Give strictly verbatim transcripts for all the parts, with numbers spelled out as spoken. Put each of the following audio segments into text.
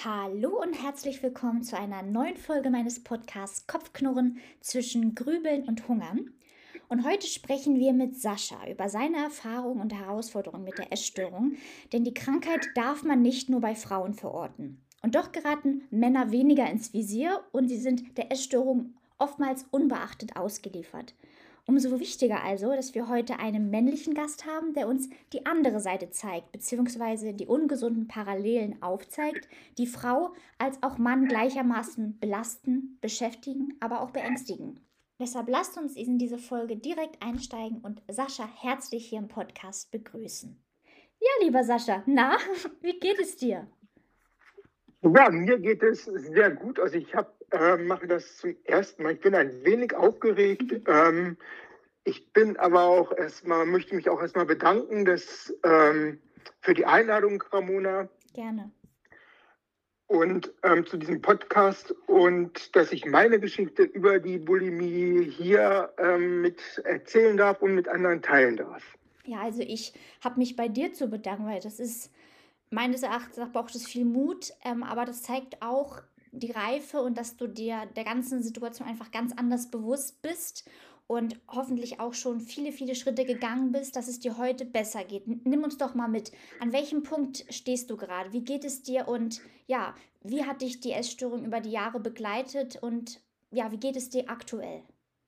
Hallo und herzlich willkommen zu einer neuen Folge meines Podcasts Kopfknurren zwischen Grübeln und Hungern. Und heute sprechen wir mit Sascha über seine Erfahrungen und Herausforderungen mit der Essstörung, denn die Krankheit darf man nicht nur bei Frauen verorten. Und doch geraten Männer weniger ins Visier und sie sind der Essstörung oftmals unbeachtet ausgeliefert. Umso wichtiger also, dass wir heute einen männlichen Gast haben, der uns die andere Seite zeigt, beziehungsweise die ungesunden Parallelen aufzeigt, die Frau als auch Mann gleichermaßen belasten, beschäftigen, aber auch beängstigen. Deshalb lasst uns in diese Folge direkt einsteigen und Sascha herzlich hier im Podcast begrüßen. Ja, lieber Sascha, na, wie geht es dir? Ja, mir geht es sehr gut. Also ich hab, äh, mache das zum ersten Mal. Ich bin ein wenig aufgeregt. ähm, ich bin aber auch erstmal, möchte mich auch erstmal bedanken dass, ähm, für die Einladung, Ramona, Gerne. und ähm, zu diesem Podcast und dass ich meine Geschichte über die Bulimie hier ähm, mit erzählen darf und mit anderen teilen darf. Ja, also ich habe mich bei dir zu bedanken, weil das ist meines Erachtens nach braucht es viel Mut, ähm, aber das zeigt auch die Reife und dass du dir der ganzen Situation einfach ganz anders bewusst bist und hoffentlich auch schon viele, viele Schritte gegangen bist, dass es dir heute besser geht. N- Nimm uns doch mal mit. An welchem Punkt stehst du gerade? Wie geht es dir und ja, wie hat dich die Essstörung über die Jahre begleitet und ja, wie geht es dir aktuell?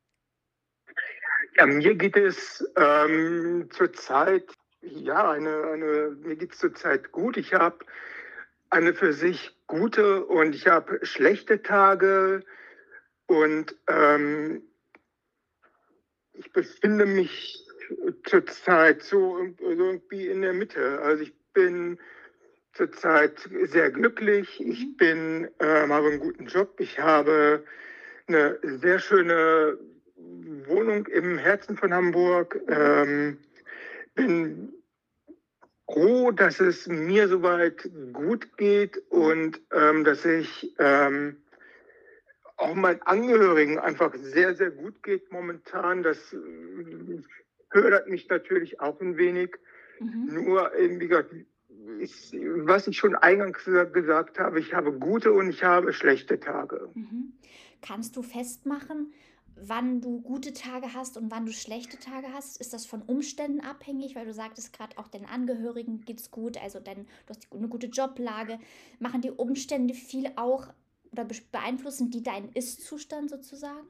Ja, mir geht es ähm, zurzeit, ja, eine, eine, mir geht es zurzeit gut. Ich habe eine für sich gute und ich habe schlechte Tage und ähm, ich befinde mich zurzeit so, so irgendwie in der Mitte. Also ich bin zurzeit sehr glücklich. Ich Mhm. bin, ähm, habe einen guten Job. Ich habe eine sehr schöne Wohnung im Herzen von Hamburg. Ähm, bin froh, dass es mir soweit gut geht und ähm, dass ich ähm, auch meinen Angehörigen einfach sehr, sehr gut geht momentan. Das äh, fördert mich natürlich auch ein wenig. Mhm. Nur, eben, wie gesagt, ich, was ich schon eingangs gesagt habe, ich habe gute und ich habe schlechte Tage. Mhm. Kannst du festmachen, wann du gute Tage hast und wann du schlechte Tage hast? Ist das von Umständen abhängig? Weil du sagtest gerade auch deinen Angehörigen geht's gut, also dein, du hast eine gute Joblage. Machen die Umstände viel auch oder be- beeinflussen die deinen Ist-Zustand sozusagen?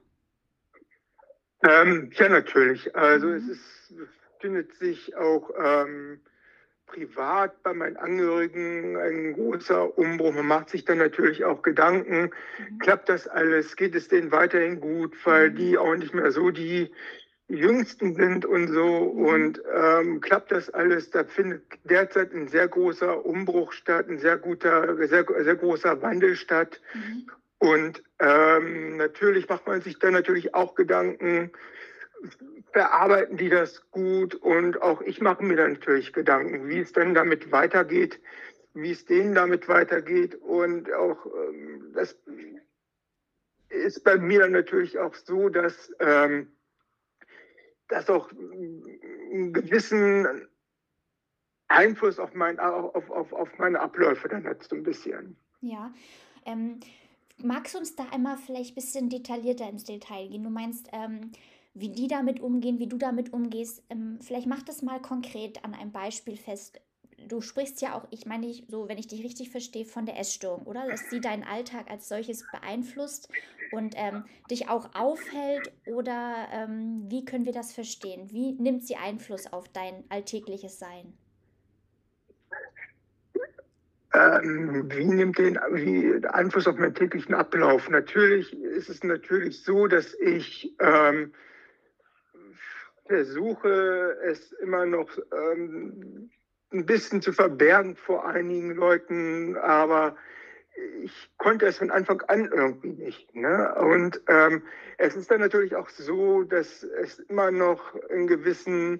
Ähm, ja, natürlich. Also es Mhm. ist, findet sich auch ähm, privat bei meinen Angehörigen ein großer Umbruch. Man macht sich dann natürlich auch Gedanken, Mhm. klappt das alles, geht es denen weiterhin gut, weil Mhm. die auch nicht mehr so die Jüngsten sind und so. Mhm. Und ähm, klappt das alles, da findet derzeit ein sehr großer Umbruch statt, ein sehr guter, sehr, sehr großer Wandel statt. Mhm. Und ähm, natürlich macht man sich dann natürlich auch Gedanken, bearbeiten die das gut? Und auch ich mache mir dann natürlich Gedanken, wie es dann damit weitergeht, wie es denen damit weitergeht. Und auch ähm, das ist bei mir dann natürlich auch so, dass ähm, das auch einen gewissen Einfluss auf, mein, auf, auf, auf meine Abläufe dann hat, so ein bisschen. Ja. Ähm, Magst du uns da einmal vielleicht ein bisschen detaillierter ins Detail gehen? Du meinst, ähm, wie die damit umgehen, wie du damit umgehst. Ähm, vielleicht mach das mal konkret an einem Beispiel fest. Du sprichst ja auch, ich meine, ich, so, wenn ich dich richtig verstehe, von der Essstörung, oder? Dass sie deinen Alltag als solches beeinflusst und ähm, dich auch aufhält, oder ähm, wie können wir das verstehen? Wie nimmt sie Einfluss auf dein alltägliches Sein? Ähm, wie nimmt den wie Einfluss auf meinen täglichen Ablauf? Natürlich ist es natürlich so, dass ich ähm, versuche, es immer noch ähm, ein bisschen zu verbergen vor einigen Leuten, aber ich konnte es von Anfang an irgendwie nicht. Ne? Und ähm, es ist dann natürlich auch so, dass es immer noch in gewissen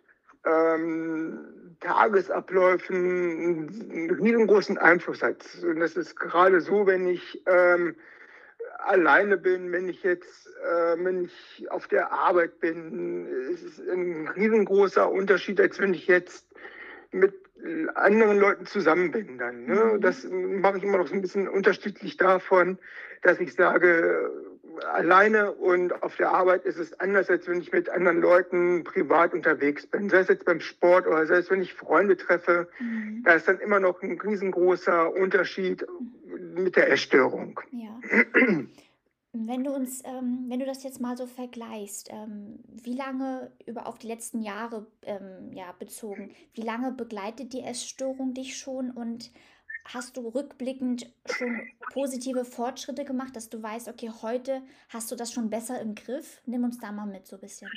ähm, Tagesabläufen einen riesengroßen Einfluss hat. Und das ist gerade so, wenn ich ähm, alleine bin, wenn ich jetzt, äh, wenn ich auf der Arbeit bin, ist es ein riesengroßer Unterschied, als wenn ich jetzt mit äh, anderen Leuten zusammen bin dann. Ne? Mhm. Das mache ich immer noch so ein bisschen unterschiedlich davon, dass ich sage, äh, alleine und auf der Arbeit ist es anders, als wenn ich mit anderen Leuten privat unterwegs bin. Sei es jetzt beim Sport oder sei es, wenn ich Freunde treffe, Mhm. da ist dann immer noch ein riesengroßer Unterschied mit der Essstörung. Ja. Wenn du uns, ähm, wenn du das jetzt mal so vergleichst, ähm, wie lange über auf die letzten Jahre ähm, ja, bezogen, wie lange begleitet die Essstörung dich schon und hast du rückblickend schon positive Fortschritte gemacht, dass du weißt, okay, heute hast du das schon besser im Griff? Nimm uns da mal mit so ein bisschen.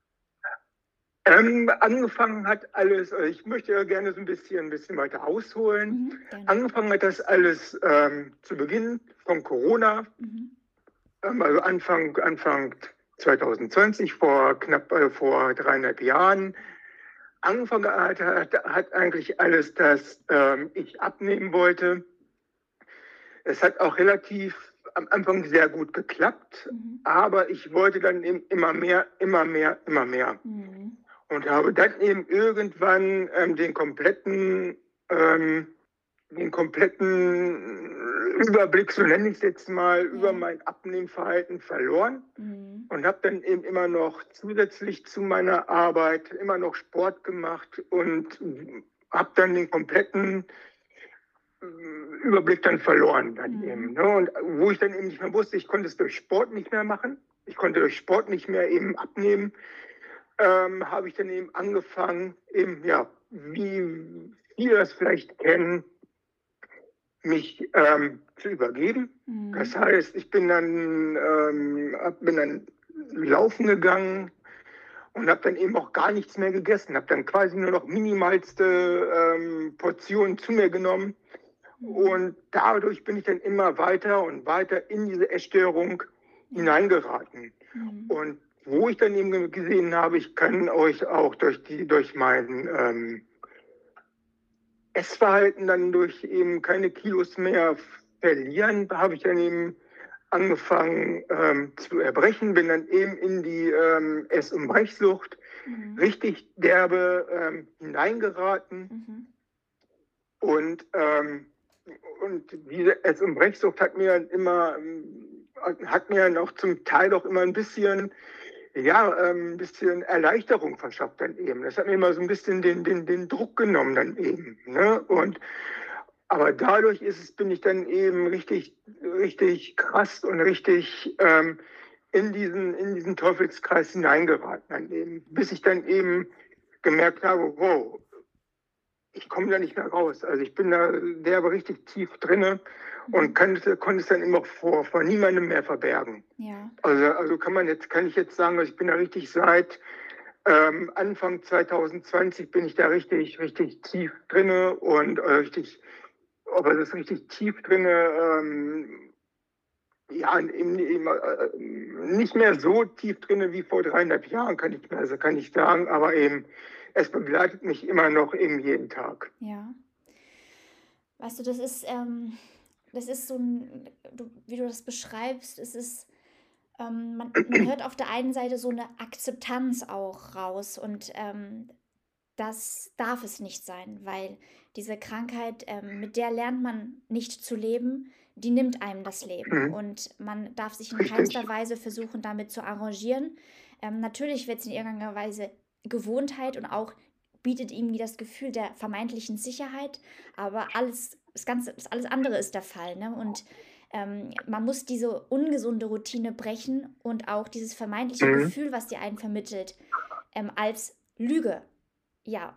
Ähm, angefangen hat alles, also ich möchte ja gerne so ein bisschen, ein bisschen weiter ausholen. Mhm, gerne. Angefangen hat das alles ähm, zu Beginn von Corona, Mhm. ähm, also Anfang, Anfang zwanzig zwanzig, vor knapp äh, vor dreieinhalb Jahren. Angefangen hat, hat, hat eigentlich alles, dass ähm, ich abnehmen wollte. Es hat auch relativ am Anfang sehr gut geklappt, Mhm. aber ich wollte dann eben immer mehr, immer mehr, immer mehr. Mhm. Und habe dann eben irgendwann ähm, den kompletten, ähm, den kompletten Überblick, so nenne ich es jetzt mal, über Ja. mein Abnehmverhalten verloren Mhm. und habe dann eben immer noch zusätzlich zu meiner Arbeit immer noch Sport gemacht und habe dann den kompletten äh, Überblick dann verloren dann Mhm. eben. Ne? Und wo ich dann eben nicht mehr wusste, ich konnte es durch Sport nicht mehr machen. Ich konnte durch Sport nicht mehr eben abnehmen. Ähm, habe ich dann eben angefangen, eben, ja, wie viele das vielleicht kennen, mich ähm, zu übergeben. Mhm. Das heißt, ich bin dann, ähm, hab- bin dann laufen gegangen und habe dann eben auch gar nichts mehr gegessen. Habe dann quasi nur noch minimalste ähm, Portionen zu mir genommen. Mhm. Und dadurch bin ich dann immer weiter und weiter in diese Essstörung Ja. hineingeraten. Mhm. Und wo ich dann eben gesehen habe, ich kann euch auch durch, die, durch mein ähm, Essverhalten dann durch eben keine Kilos mehr verlieren, habe ich dann eben angefangen ähm, zu erbrechen, bin dann eben in die ähm, Ess- und Brechsucht Mhm. richtig derbe ähm, hineingeraten. Mhm. Und, ähm, und diese Ess- und Brechsucht hat mir immer, ähm, hat mir noch zum Teil auch immer ein bisschen, ja, ähm, ein bisschen Erleichterung verschafft dann eben. Das hat mir immer so ein bisschen den, den, den Druck genommen dann eben. Ne? Und aber dadurch ist es, bin ich dann eben richtig, richtig krass und richtig ähm, in diesen, in diesen Teufelskreis hineingeraten dann eben, bis ich dann eben gemerkt habe, wow, ich komme da nicht mehr raus. Also ich bin da derbe richtig tief drinne und Mhm. kann, konnte es dann immer vor, vor niemandem mehr verbergen. Ja. Also, also kann man jetzt, kann ich jetzt sagen, also ich bin da richtig seit ähm, Anfang zwanzig zwanzig bin ich da richtig, richtig tief drinne und äh, richtig, aber das ist richtig tief drinne, ähm, ja, eben, eben, äh, nicht mehr so tief drinne wie vor dreieinhalb Jahren, kann ich, also kann ich sagen, aber eben, es begleitet mich immer noch eben jeden Tag. Ja. Weißt du, das ist, ähm, das ist so ein, du, wie du das beschreibst, es ist, ähm, man, man hört auf der einen Seite so eine Akzeptanz auch raus und ähm, das darf es nicht sein, weil diese Krankheit, ähm, mit der lernt man nicht zu leben, die nimmt einem das Leben Mhm. und man darf sich in Richtig. keinster Weise versuchen, damit zu arrangieren. Ähm, natürlich wird es in irgendeiner Weise Gewohnheit und auch bietet ihm das Gefühl der vermeintlichen Sicherheit, aber alles, das Ganze, das alles andere ist der Fall, ne? Und ähm, man muss diese ungesunde Routine brechen und auch dieses vermeintliche Mhm. Gefühl, was dir einen vermittelt, ähm, als Lüge, ja,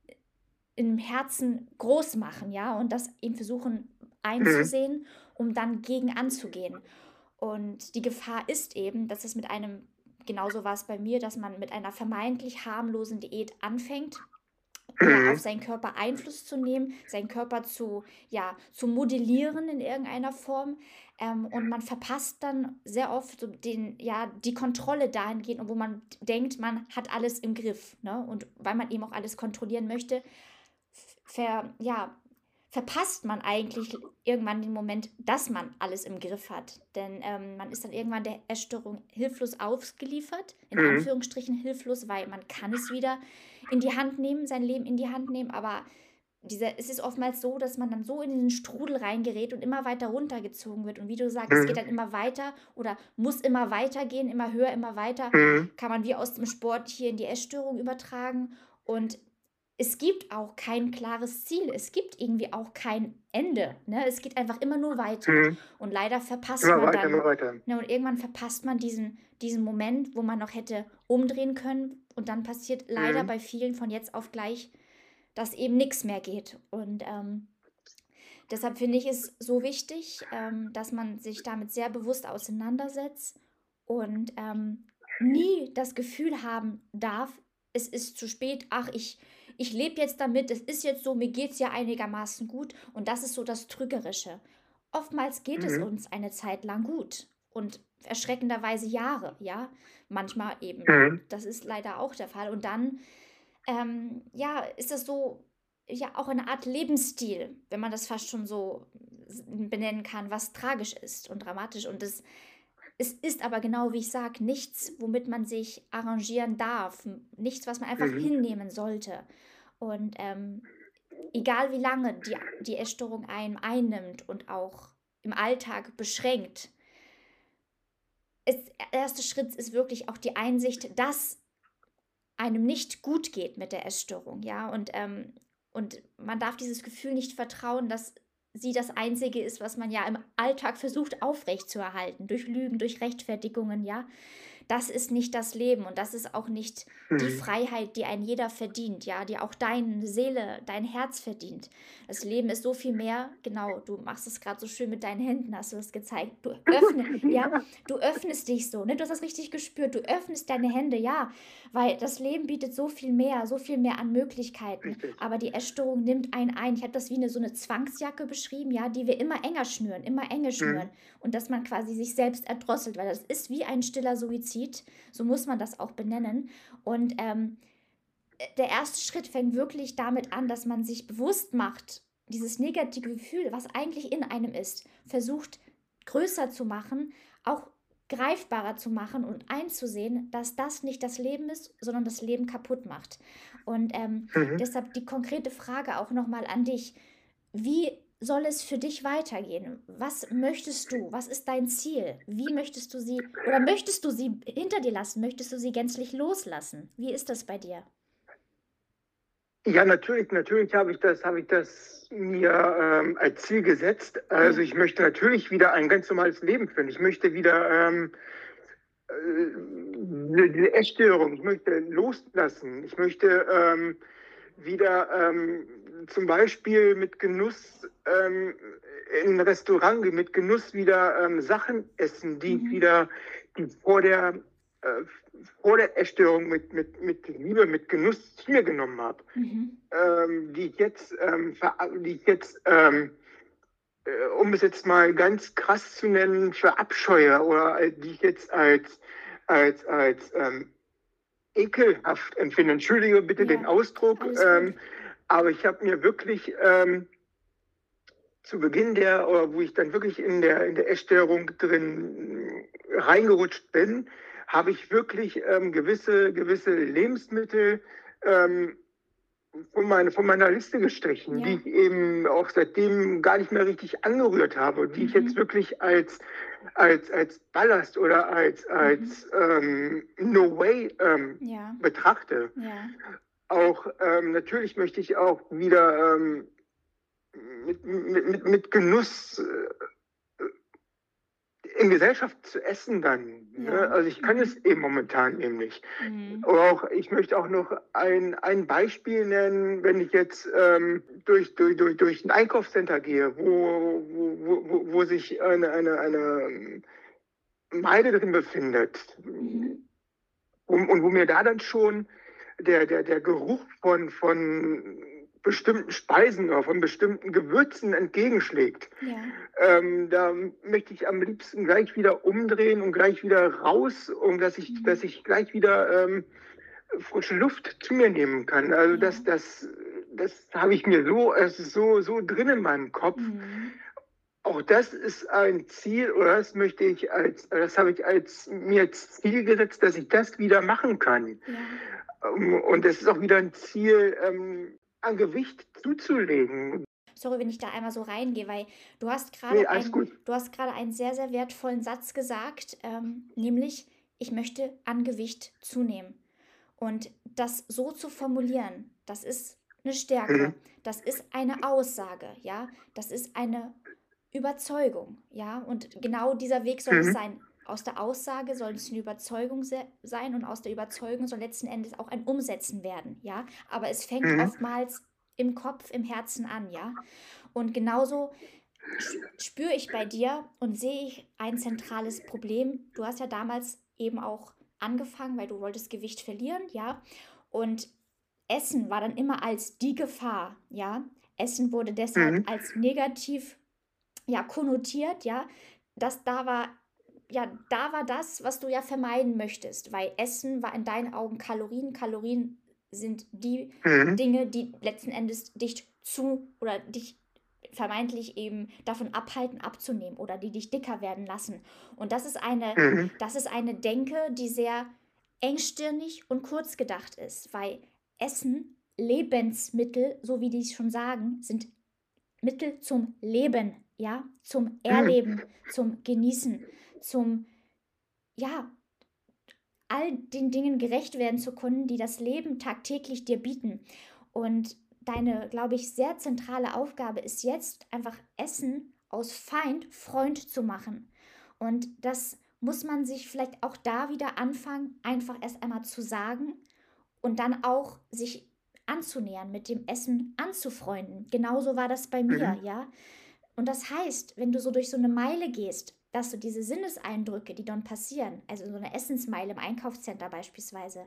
im Herzen groß machen, ja, und das eben versuchen Mhm. einzusehen, um dann gegen anzugehen. Und die Gefahr ist eben, dass es mit einem, genauso war es bei mir, dass man mit einer vermeintlich harmlosen Diät anfängt, ja, auf Mhm. seinen Körper Einfluss zu nehmen, seinen Körper zu, ja, zu modellieren in irgendeiner Form. Ähm, und man verpasst dann sehr oft so den, ja, die Kontrolle dahingehend, wo man denkt, man hat alles im Griff. Ne? Und weil man eben auch alles kontrollieren möchte, ver, ja, verpasst man eigentlich irgendwann den Moment, dass man alles im Griff hat. Denn ähm, man ist dann irgendwann der Essstörung hilflos ausgeliefert, in Mhm. Anführungsstrichen hilflos, weil man kann es wieder in die Hand nehmen, sein Leben in die Hand nehmen, aber dieser, es ist oftmals so, dass man dann so in den Strudel reingerät und immer weiter runtergezogen wird. Und wie du sagst, es geht Mhm. dann immer weiter oder muss immer weitergehen, immer höher, immer weiter. Mhm. Kann man wie aus dem Sport hier in die Essstörung übertragen. Und es gibt auch kein klares Ziel. Es gibt irgendwie auch kein Ende. Ne? Es geht einfach immer nur weiter. Mhm. Und leider verpasst Immer man weiter, dann, immer weiter. ne, und irgendwann verpasst man diesen, diesen Moment, wo man noch hätte umdrehen können. Und dann passiert leider Mhm. bei vielen von jetzt auf gleich, dass eben nichts mehr geht. Und ähm, deshalb finde ich es so wichtig, ähm, dass man sich damit sehr bewusst auseinandersetzt und ähm, nie das Gefühl haben darf, es ist zu spät, ach, ich, ich lebe jetzt damit, es ist jetzt so, mir geht es ja einigermaßen gut und das ist so das Trügerische. Oftmals geht es Mhm. uns eine Zeit lang gut und erschreckenderweise Jahre, ja, manchmal eben. Mhm. Das ist leider auch der Fall. Und dann ähm, ja, ist das so, ja, auch eine Art Lebensstil, wenn man das fast schon so s- benennen kann, was tragisch ist und dramatisch. Und es, es ist aber genau wie ich sage, nichts, womit man sich arrangieren darf, m- nichts, was man einfach Mhm. hinnehmen sollte. Und ähm, egal wie lange die, die Essstörung einen einnimmt und auch im Alltag beschränkt, ist, der erste Schritt ist wirklich auch die Einsicht, dass einem nicht gut geht mit der Essstörung, ja, und, ähm, und man darf dieses Gefühl nicht vertrauen, dass sie das Einzige ist, was man ja im Alltag versucht aufrechtzuerhalten, durch Lügen, durch Rechtfertigungen, ja. Das ist nicht das Leben und das ist auch nicht die Mhm. Freiheit, die ein jeder verdient, ja, die auch deine Seele, dein Herz verdient. Das Leben ist so viel mehr, genau, du machst es gerade so schön mit deinen Händen, hast du es gezeigt. Du öffne, ja, Ja, du öffnest dich so, ne? Du hast das richtig gespürt, du öffnest deine Hände, ja, weil das Leben bietet so viel mehr, so viel mehr an Möglichkeiten. richtig. Aber die Essstörung nimmt einen ein. Ich habe das wie eine, so eine Zwangsjacke beschrieben, ja, die wir immer enger schnüren, immer enger schnüren. Mhm. Und dass man quasi sich selbst erdrosselt, weil das ist wie ein stiller Suizid. So muss man das auch benennen. Und ähm, der erste Schritt fängt wirklich damit an, dass man sich bewusst macht, dieses negative Gefühl, was eigentlich in einem ist, versucht größer zu machen, auch greifbarer zu machen und einzusehen, dass das nicht das Leben ist, sondern das Leben kaputt macht. Und ähm, Mhm. deshalb die konkrete Frage auch nochmal an dich. Wie soll es für dich weitergehen? Was möchtest du? Was ist dein Ziel? Wie möchtest du sie oder möchtest du sie hinter dir lassen? Möchtest du sie gänzlich loslassen? Wie ist das bei dir? Ja, natürlich, natürlich habe ich das, habe ich das mir ähm, als Ziel gesetzt. Also Ja. ich möchte natürlich wieder ein ganz normales Leben führen. Ich möchte wieder ähm, äh, diese Essstörung, ich möchte loslassen. Ich möchte ähm, wieder ähm, zum Beispiel mit Genuss ähm, in ein Restaurant gehen, mit Genuss wieder ähm, Sachen essen, die ich Mhm. wieder die vor der, äh, vor der Essstörung mit, mit, mit Liebe, mit Genuss zu mir genommen habe. Mhm. Ähm, die ich jetzt, ähm, die ich jetzt ähm, äh, um es jetzt mal ganz krass zu nennen, verabscheue oder äh, die ich jetzt als, als, als ähm, ekelhaft empfinde. Entschuldige bitte den Ja, Ausdruck, alles gut. ähm, aber ich habe mir wirklich ähm, zu Beginn der, oder wo ich dann wirklich in der, in der Essstörung drin reingerutscht bin, habe ich wirklich ähm, gewisse, gewisse Lebensmittel ähm, von, meine, von meiner Liste gestrichen, die Ja. ich eben auch seitdem gar nicht mehr richtig angerührt habe, die ich jetzt Mhm. wirklich als, als, als Ballast oder als, Mhm. als ähm, No Way ähm, Ja. betrachte. Ja. Auch ähm, natürlich möchte ich auch wieder ähm, mit, mit, mit, mit Genuss äh, in Gesellschaft zu essen dann. Ne? Ja. Also ich kann es Mhm. eben momentan eben nicht. Mhm. Aber auch, ich möchte auch noch ein, ein Beispiel nennen, wenn ich jetzt ähm, durch, durch, durch, durch ein Einkaufscenter gehe, wo, wo, wo, wo sich eine, eine, eine Meile drin befindet. Mhm. Und, und wo mir da dann schon der, der, der Geruch von, von bestimmten Speisen oder von bestimmten Gewürzen entgegenschlägt. Ja. Ähm, da möchte ich am liebsten gleich wieder umdrehen und gleich wieder raus, um dass ich, dass Mhm. ich gleich wieder ähm, frische Luft zu mir nehmen kann. Also das, Ja. das, das habe ich mir so, es ist so, so drin in meinem Kopf. Mhm. Auch das ist ein Ziel, oder das möchte ich als, das habe ich als mir als Ziel gesetzt, dass ich das wieder machen kann. Ja. Ähm, Und das ist auch wieder ein Ziel, ähm, an Gewicht zuzulegen. Sorry, wenn ich da einmal so reingehe, weil du hast Nee, gerade alles ein, gut. du hast gerade einen sehr, sehr wertvollen Satz gesagt, ähm, nämlich, ich möchte an Gewicht zunehmen. Und das so zu formulieren, das ist eine Stärke, Mhm. das ist eine Aussage, ja, das ist eine Überzeugung, ja, und genau dieser Weg soll es Mhm. sein. Aus der Aussage soll es eine Überzeugung se sein und aus der Überzeugung soll letzten Endes auch ein Umsetzen werden, ja. Aber es fängt Mhm. oftmals im Kopf, im Herzen an, ja. Und genauso spüre ich bei dir und sehe ich ein zentrales Problem. Du hast ja damals eben auch angefangen, weil du wolltest Gewicht verlieren, ja. Und Essen war dann immer als die Gefahr, ja. Essen wurde deshalb Mhm. als negativ, ja, konnotiert, ja. Das da war, ja, da war das, was du ja vermeiden möchtest, weil Essen war in deinen Augen Kalorien. Kalorien sind die Mhm. Dinge, die letzten Endes dich zu oder dich vermeintlich eben davon abhalten, abzunehmen oder die dich dicker werden lassen. Und das ist eine, Mhm. das ist eine Denke, die sehr engstirnig und kurz gedacht ist, weil Essen, Lebensmittel, so wie die es schon sagen, sind Mittel zum Leben, ja, zum Mhm. Erleben, zum Genießen, zum, ja, all den Dingen gerecht werden zu können, die das Leben tagtäglich dir bieten. Und deine, glaube ich, sehr zentrale Aufgabe ist jetzt einfach Essen aus Feind Freund zu machen. Und das muss man sich vielleicht auch da wieder anfangen, einfach erst einmal zu sagen und dann auch sich anzunähern, mit dem Essen anzufreunden. Genauso war das bei mir, Mhm. ja. Und das heißt, wenn du so durch so eine Meile gehst, dass du diese Sinneseindrücke, die dann passieren, also so eine Essensmeile im Einkaufscenter beispielsweise,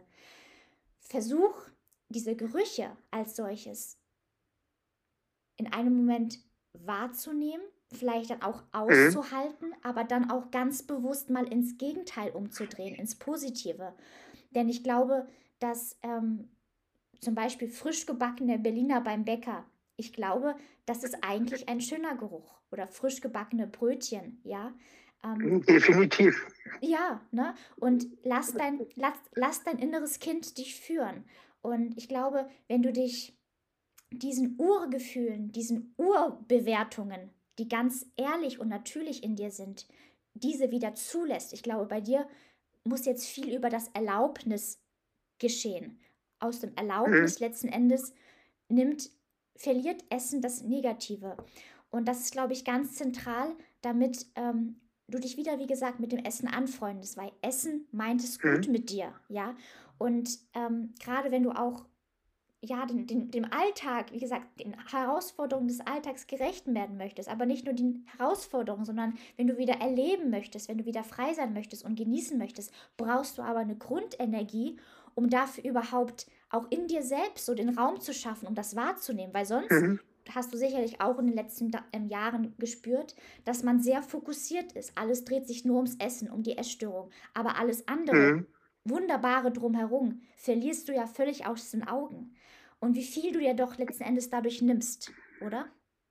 versuch diese Gerüche als solches in einem Moment wahrzunehmen, vielleicht dann auch Mhm. auszuhalten, aber dann auch ganz bewusst mal ins Gegenteil umzudrehen, ins Positive. Denn ich glaube, dass ähm, zum Beispiel frisch gebackene Berliner beim Bäcker, ich glaube, das ist eigentlich ein schöner Geruch. Oder frisch gebackene Brötchen, ja. Ähm, Definitiv. ja, ne? Und lass dein, lass, lass dein inneres Kind dich führen. Und ich glaube, wenn du dich diesen Urgefühlen, diesen Urbewertungen, die ganz ehrlich und natürlich in dir sind, diese wieder zulässt. Ich glaube, bei dir muss jetzt viel über das Erlaubnis geschehen. Aus dem Mhm. Erlaubnis letzten Endes nimmt, verliert Essen das Negative. Und das ist, glaube ich, ganz zentral, damit ähm, du dich wieder, wie gesagt, mit dem Essen anfreundest, weil Essen meint es gut Mhm. mit dir, ja. Und ähm, gerade wenn du auch ja, den, den, dem Alltag, wie gesagt, den Herausforderungen des Alltags gerecht werden möchtest, aber nicht nur den Herausforderungen, sondern wenn du wieder erleben möchtest, wenn du wieder frei sein möchtest und genießen möchtest, brauchst du aber eine Grundenergie, um dafür überhaupt auch in dir selbst so den Raum zu schaffen, um das wahrzunehmen, weil sonst Mhm. hast du sicherlich auch in den letzten Da- ähm, Jahren gespürt, dass man sehr fokussiert ist. Alles dreht sich nur ums Essen, um die Essstörung, aber alles andere, Mhm. Wunderbare drumherum, verlierst du ja völlig aus den Augen. Und wie viel du dir doch letzten Endes dadurch nimmst, oder?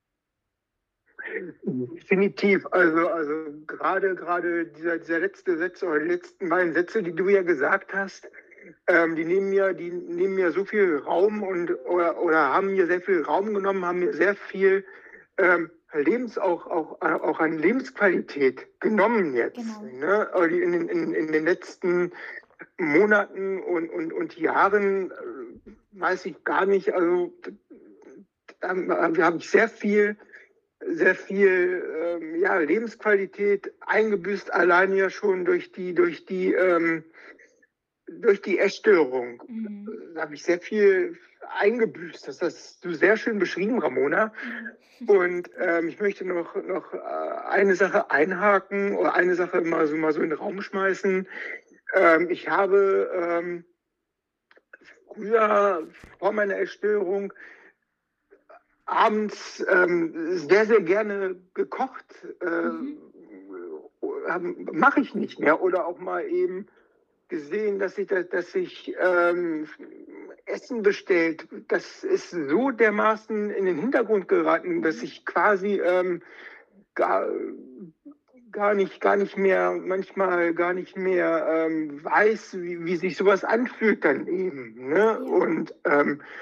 Definitiv. Also, also gerade, gerade dieser, dieser letzte Satz oder die letzten beiden Sätze, die du ja gesagt hast, ähm, die nehmen mir, die nehmen mir so viel Raum und oder, oder haben mir sehr viel Raum genommen, haben mir sehr viel ähm, Lebens auch, auch, auch an Lebensqualität genommen jetzt. Genau. Ne? Also In, in, in den letzten Monaten und, und, und Jahren äh, weiß ich gar nicht, also da, da habe ich sehr viel sehr viel ähm, ja, Lebensqualität eingebüßt, allein ja schon durch die, durch die, ähm, durch die Essstörung. Mhm. Da habe ich sehr viel eingebüßt. Das hast du sehr schön beschrieben, Ramona. Ja. Und ähm, ich möchte noch, noch äh, eine Sache einhaken oder eine Sache mal so, mal so in den Raum schmeißen. Ähm, ich habe ähm, früher vor meiner Essstörung abends ähm, sehr, sehr gerne gekocht. Äh, Mhm. Mache ich nicht mehr. Oder auch mal eben gesehen, dass ich, dass ich ähm, Essen bestellt. Das ist so dermaßen in den Hintergrund geraten, dass Mhm. ich quasi ähm, gar, gar, nicht, gar nicht mehr, manchmal gar nicht mehr ähm, weiß, wie, wie sich sowas anfühlt dann eben. Ne? Ja. Und ähm,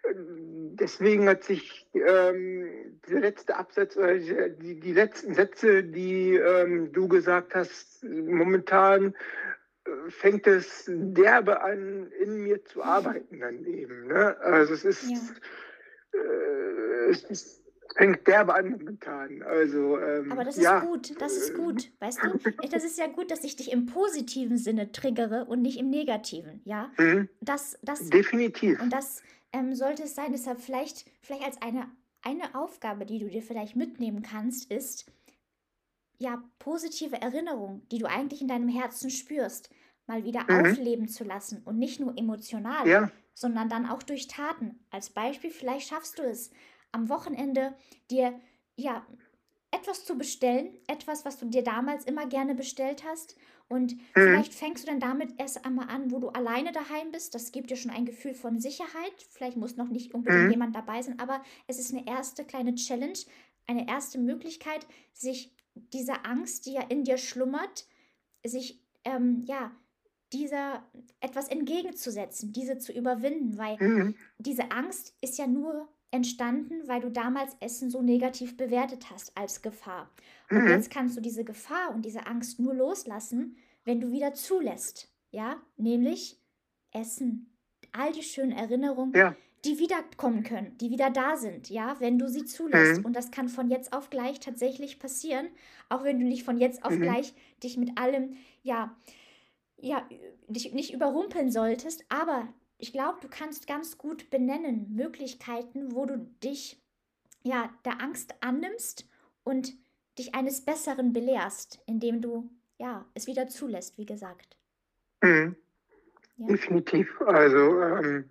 Deswegen hat sich ähm, der letzte Absatz oder die, die letzten Sätze, die ähm, du gesagt hast, momentan äh, fängt es derbe an, in mir zu arbeiten dann eben. Ne? Also es ist, Ja. äh, es ist, fängt derbe an momentan. Also ähm, Aber das ist ja. gut, das ist gut, weißt du? Das ist ja gut, dass ich dich im positiven Sinne triggere und nicht im negativen, ja? Mhm. Das, das, Definitiv. und das ähm, sollte es sein, deshalb vielleicht, vielleicht als eine, eine Aufgabe, die du dir vielleicht mitnehmen kannst, ist, ja, positive Erinnerungen, die du eigentlich in deinem Herzen spürst, mal wieder Mhm. aufleben zu lassen und nicht nur emotional, Ja. sondern dann auch durch Taten. Als Beispiel, vielleicht schaffst du es am Wochenende dir ja etwas zu bestellen, etwas, was du dir damals immer gerne bestellt hast. Und Mhm. vielleicht fängst du dann damit erst einmal an, wo du alleine daheim bist. Das gibt dir schon ein Gefühl von Sicherheit. Vielleicht muss noch nicht unbedingt Mhm. jemand dabei sein, aber es ist eine erste kleine Challenge, eine erste Möglichkeit, sich dieser Angst, die ja in dir schlummert, sich ähm, ja dieser etwas entgegenzusetzen, diese zu überwinden, weil Mhm. diese Angst ist ja nur entstanden, weil du damals Essen so negativ bewertet hast als Gefahr. Und Mhm. jetzt kannst du diese Gefahr und diese Angst nur loslassen, wenn du wieder zulässt, ja, nämlich Essen, all die schönen Erinnerungen, Ja. die wiederkommen können, die wieder da sind, ja, wenn du sie zulässt. Mhm. Und das kann von jetzt auf gleich tatsächlich passieren, auch wenn du nicht von jetzt auf Mhm. gleich dich mit allem, ja, ja, dich nicht überrumpeln solltest, aber ich glaube, du kannst ganz gut benennen Möglichkeiten, wo du dich ja der Angst annimmst und dich eines Besseren belehrst, indem du ja es wieder zulässt, wie gesagt. Mhm. Ja. Definitiv. Also ähm,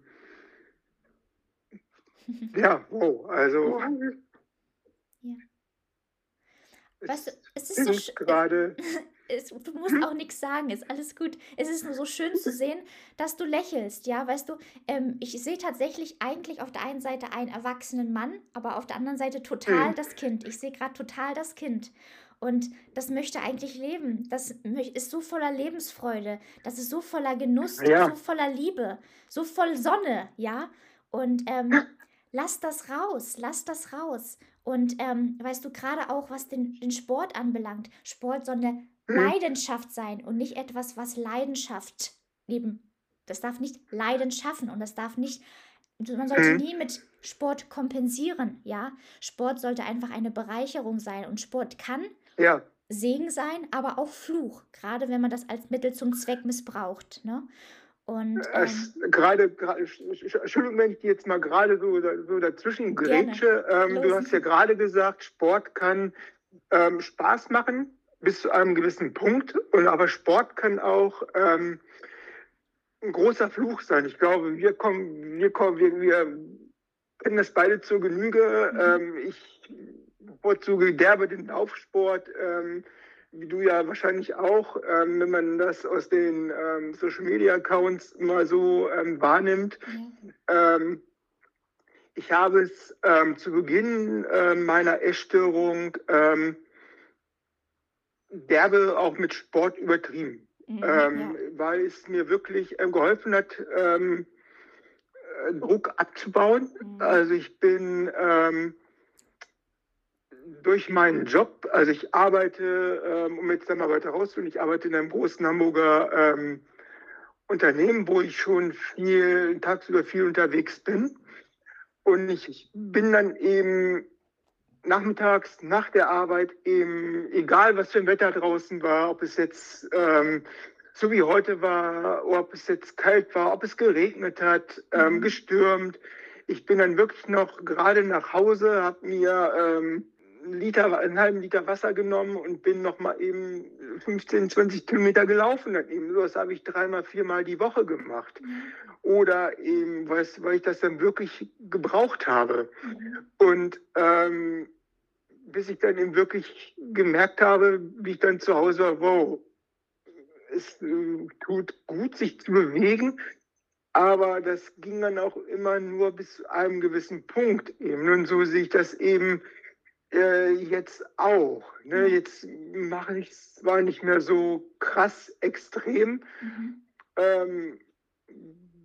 ja, wow. Also Ja. es Weißt du, es ist so sind sch- gerade. es, du musst auch nichts sagen, ist alles gut. Es ist nur so schön zu sehen, dass du lächelst, ja, weißt du, ähm, ich sehe tatsächlich eigentlich auf der einen Seite einen erwachsenen Mann, aber auf der anderen Seite total Mhm. das Kind. Ich sehe gerade total das Kind. Und das möchte eigentlich leben. Das möch- ist so voller Lebensfreude. Das ist so voller Genuss, so Ja. voller Liebe, so voll Sonne, ja. Und ähm, lass das raus, lass das raus. Und ähm, weißt du, gerade auch was den, den Sport anbelangt, Sport soll eine Mhm. Leidenschaft sein und nicht etwas, was Leidenschaft eben, das darf nicht Leiden schaffen und das darf nicht, man sollte Mhm. nie mit Sport kompensieren, ja. Sport sollte einfach eine Bereicherung sein und Sport kann Ja. Segen sein, aber auch Fluch, gerade wenn man das als Mittel zum Zweck missbraucht, ne? Und ähm, Es, gerade, gerade, Entschuldigung, wenn ich dir jetzt mal gerade so, so dazwischen gerne, grätsche. Ähm, du los. hast ja gerade gesagt, Sport kann ähm, Spaß machen bis zu einem gewissen Punkt. Und aber Sport kann auch ähm, ein großer Fluch sein. Ich glaube, wir kommen, wir kommen, wir, wir kennen das beide zur Genüge. Mhm. Ähm, ich bevorzuge derbe den Laufsport, ähm, wie du ja wahrscheinlich auch, ähm, wenn man das aus den ähm, Social Media Accounts mal so ähm, wahrnimmt. Ja. Ähm, ich habe es ähm, zu Beginn äh, meiner Essstörung ähm, derbe auch mit Sport übertrieben, Mhm, ähm, ja. weil es mir wirklich ähm, geholfen hat, ähm, äh, Druck abzubauen. Mhm. Also ich bin ähm, durch meinen Job, also ich arbeite, ähm, um jetzt dann mal weiter rauszuholen, ich arbeite in einem großen Hamburger ähm, Unternehmen, wo ich schon viel, tagsüber viel unterwegs bin. Und ich bin dann eben nachmittags nach der Arbeit eben, egal was für ein Wetter draußen war, ob es jetzt ähm, so wie heute war, ob es jetzt kalt war, ob es geregnet hat, ähm, Mhm. gestürmt. Ich bin dann wirklich noch gerade nach Hause, habe mir ähm, einen, Liter, einen halben Liter Wasser genommen und bin noch mal eben fünfzehn, zwanzig Kilometer gelaufen. Dann eben. Das habe ich dreimal, viermal die Woche gemacht. Mhm. Oder eben, weil, weil ich das dann wirklich gebraucht habe. Mhm. Und ähm, bis ich dann eben wirklich gemerkt habe, wie ich dann zu Hause war, wow, es äh, tut gut, sich zu bewegen, aber das ging dann auch immer nur bis zu einem gewissen Punkt eben. Und so sehe ich das eben äh, jetzt auch. Ne? Ja. Jetzt mache ich es zwar nicht mehr so krass extrem, Mhm. ähm,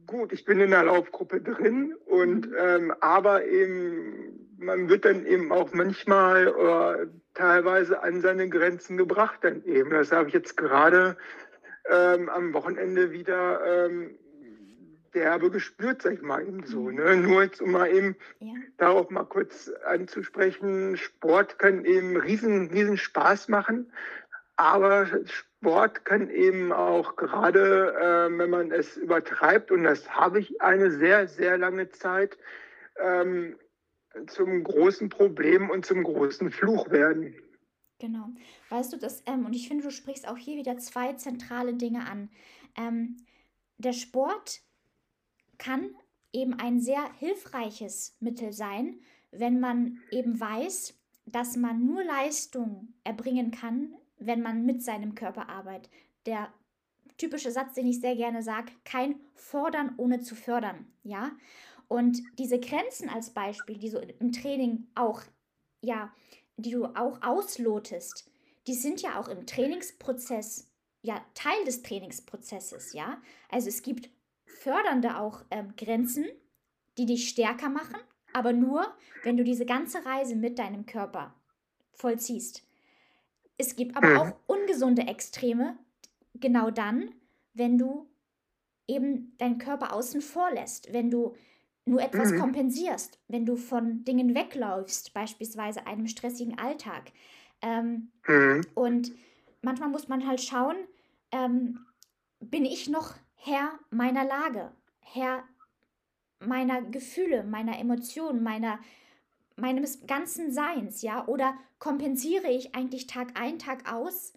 gut, ich bin in der Laufgruppe drin und Mhm. ähm, aber eben, man wird dann eben auch manchmal oder teilweise an seine Grenzen gebracht dann eben. Das habe ich jetzt gerade ähm, am Wochenende wieder ähm, derbe gespürt, sag ich mal eben so. Mhm. Ne? Nur jetzt, um mal eben Ja. darauf mal kurz anzusprechen, Sport kann eben riesen, riesen Spaß machen, aber Sport kann eben auch gerade, äh, wenn man es übertreibt, und das habe ich eine sehr, sehr lange Zeit, ähm, zum großen Problem und zum großen Fluch werden. Genau. Weißt du, das, ähm, und ich finde, du sprichst auch hier wieder zwei zentrale Dinge an. Ähm, der Sport kann eben ein sehr hilfreiches Mittel sein, wenn man eben weiß, dass man nur Leistung erbringen kann, wenn man mit seinem Körper arbeitet. Der typische Satz, den ich sehr gerne sage, kein Fordern ohne zu fördern, ja? Und diese Grenzen als Beispiel, die so im Training auch, ja, die du auch auslotest, die sind ja auch im Trainingsprozess, ja, Teil des Trainingsprozesses, ja? Also es gibt fördernde auch ähm, Grenzen, die dich stärker machen, aber nur, wenn du diese ganze Reise mit deinem Körper vollziehst. Es gibt aber Mhm. auch ungesunde Extreme, genau dann, wenn du eben deinen Körper außen vor lässt, wenn du nur etwas Mhm. kompensierst, wenn du von Dingen wegläufst, beispielsweise einem stressigen Alltag. Ähm, Mhm. und manchmal muss man halt schauen, ähm, bin ich noch Herr meiner Lage, Herr meiner Gefühle, meiner Emotionen, meiner, meines ganzen Seins, ja? Oder kompensiere ich eigentlich Tag ein, Tag aus?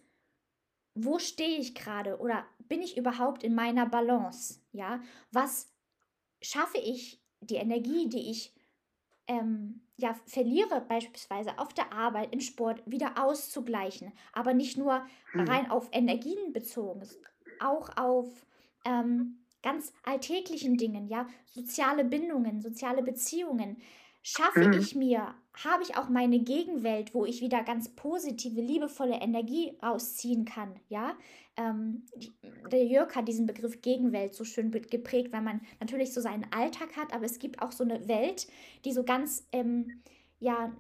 Wo stehe ich gerade? Oder bin ich überhaupt in meiner Balance? Ja? Was schaffe ich, die Energie, die ich ähm, ja, verliere, beispielsweise auf der Arbeit, im Sport, wieder auszugleichen? Aber nicht nur Mhm. rein auf Energien bezogen, auch auf ähm, ganz alltäglichen Dingen, ja, soziale Bindungen, soziale Beziehungen. Schaffe Mhm. ich mir, habe ich auch meine Gegenwelt, wo ich wieder ganz positive, liebevolle Energie rausziehen kann, ja? Ähm, die, der Jörg hat diesen Begriff Gegenwelt so schön geprägt, weil man natürlich so seinen Alltag hat, aber es gibt auch so eine Welt, die so ganz, ähm, ja,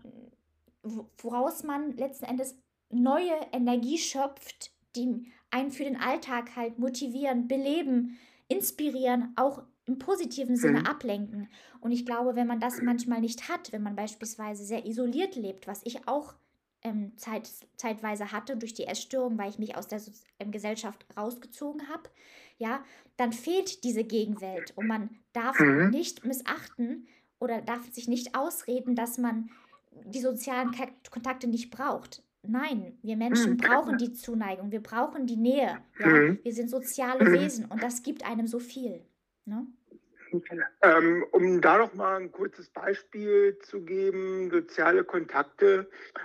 woraus man letzten Endes neue Energie schöpft, die einen für den Alltag halt motivieren, beleben, inspirieren, auch im positiven Sinne Mhm. ablenken. Und ich glaube, wenn man das manchmal nicht hat, wenn man beispielsweise sehr isoliert lebt, was ich auch ähm, zeit, zeitweise hatte durch die Essstörung, weil ich mich aus der so ähm, Gesellschaft rausgezogen habe, ja, dann fehlt diese Gegenwelt und man darf Mhm. nicht missachten oder darf sich nicht ausreden, dass man die sozialen Kontakte nicht braucht. Nein, wir Menschen Mhm. brauchen die Zuneigung, wir brauchen die Nähe, ja, Mhm. wir sind soziale Mhm. Wesen und das gibt einem so viel. Ne? Ähm, um da noch mal ein kurzes Beispiel zu geben, soziale Kontakte,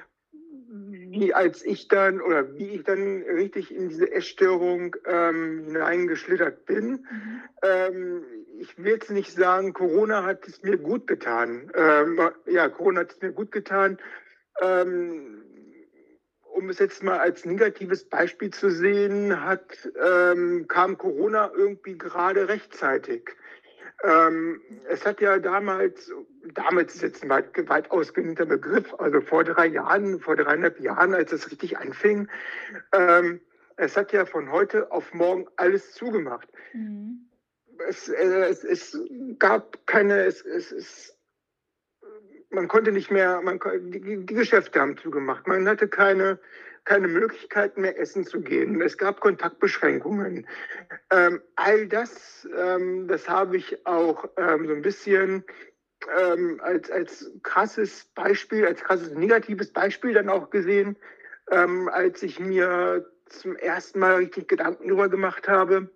wie als ich dann oder wie ich dann richtig in diese Essstörung ähm, hineingeschlittert bin. Mhm. Ähm, ich will jetzt nicht sagen, Corona hat es mir gut getan. Ähm, ja, Corona hat es mir gut getan. Ähm, um es jetzt mal als negatives Beispiel zu sehen, hat, ähm, kam Corona irgendwie gerade rechtzeitig. Ähm, es hat ja damals, damals ist jetzt ein weit, weit ausgedehnter Begriff, also vor drei Jahren, vor dreieinhalb Jahren, als es richtig anfing, ähm, es hat ja von heute auf morgen alles zugemacht. Mhm. Es, äh, es, es gab keine, es, es, es, man konnte nicht mehr, man, die, die Geschäfte haben zugemacht. Man hatte keine, keine Möglichkeit mehr essen zu gehen. Es gab Kontaktbeschränkungen. Ähm, all das, ähm, das habe ich auch ähm, so ein bisschen ähm, als, als krasses Beispiel, als krasses negatives Beispiel dann auch gesehen, ähm, als ich mir zum ersten Mal richtig Gedanken darüber gemacht habe,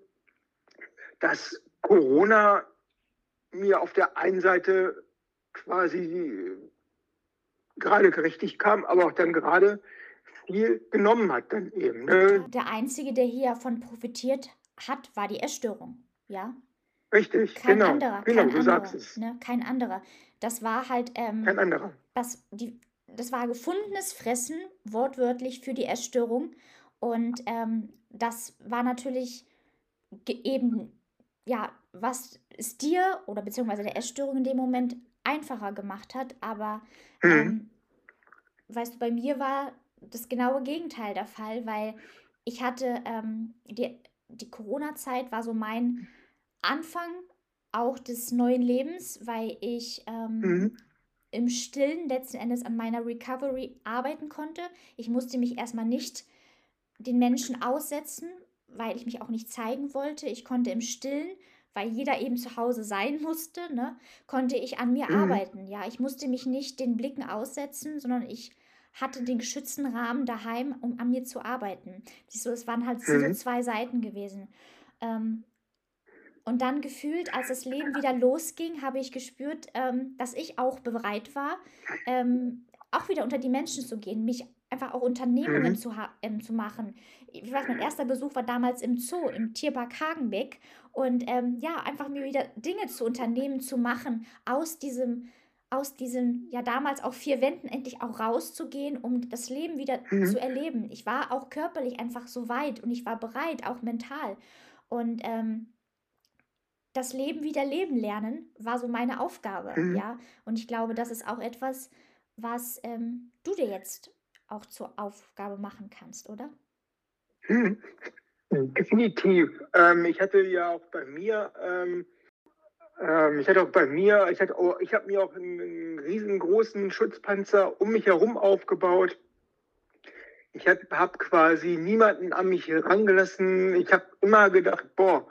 dass Corona mir auf der einen Seite quasi gerade richtig kam, aber auch dann gerade viel genommen hat dann eben. Ja, Ne? der Einzige, der hiervon profitiert hat, war die Essstörung. Ja, Richtig, kein genau, anderer, genau, kein du sagst anderer, es. ne, kein anderer. Das war halt, Kein ähm, anderer. das, die, das war gefundenes Fressen, wortwörtlich für die Essstörung. Und ähm, das war natürlich ge- eben ja, was es dir oder beziehungsweise der Essstörung in dem Moment einfacher gemacht hat. Aber Mhm. ähm, weißt du, bei mir war das genaue Gegenteil der Fall, weil ich hatte ähm, die, die Corona-Zeit war so mein Anfang auch des neuen Lebens, weil ich ähm, Mhm. im Stillen letzten Endes an meiner Recovery arbeiten konnte. Ich musste mich erstmal nicht den Menschen aussetzen, weil ich mich auch nicht zeigen wollte. Ich konnte im Stillen, weil jeder eben zu Hause sein musste, ne, konnte ich an mir Mhm. arbeiten. Ja, ich musste mich nicht den Blicken aussetzen, sondern ich hatte den geschützten Rahmen daheim, um an mir zu arbeiten. Siehst du, es waren halt, es sind so Mhm. zwei Seiten gewesen. Ähm, und dann gefühlt, als das Leben wieder losging, habe ich gespürt, ähm, dass ich auch bereit war, ähm, auch wieder unter die Menschen zu gehen, mich einfach auch Unternehmungen Mhm. zu, ha ähm, zu machen. Ich weiß, mein erster Besuch war damals im Zoo, im Tierpark Hagenbeck. Und ähm, ja, einfach mir wieder Dinge zu unternehmen, zu machen, aus diesem, aus diesen, ja damals auch vier Wänden endlich auch rauszugehen, um das Leben wieder zu Mhm. erleben. Ich war auch körperlich einfach so weit und ich war bereit, auch mental. Und ähm, das Leben wieder leben lernen, war so meine Aufgabe, Mhm. ja. Und ich glaube, das ist auch etwas, was ähm, du dir jetzt auch zur Aufgabe machen kannst, oder? Mhm. Definitiv. Ähm, ich hatte ja auch bei mir, ähm, ähm, ich hatte auch bei mir, ich hatte auch, ich habe mir auch einen, einen riesengroßen Schutzpanzer um mich herum aufgebaut. Ich habe hab quasi niemanden an mich herangelassen. Ich habe immer gedacht, boah,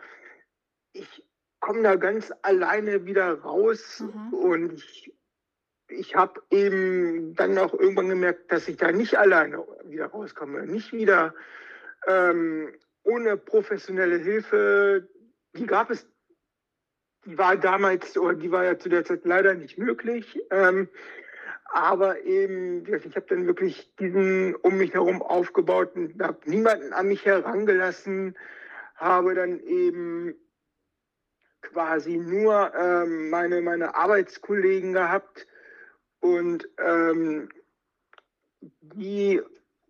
ich komme da ganz alleine wieder raus Aha. und ich, ich habe eben dann auch irgendwann gemerkt, dass ich da nicht alleine wieder rauskomme, nicht wieder ähm, ohne professionelle Hilfe. Die gab es, die war damals oder die war ja zu der Zeit leider nicht möglich. Ähm, aber eben, ich habe dann wirklich diesen um mich herum aufgebaut und habe niemanden an mich herangelassen, habe dann eben quasi nur ähm, meine, meine Arbeitskollegen gehabt und ähm, die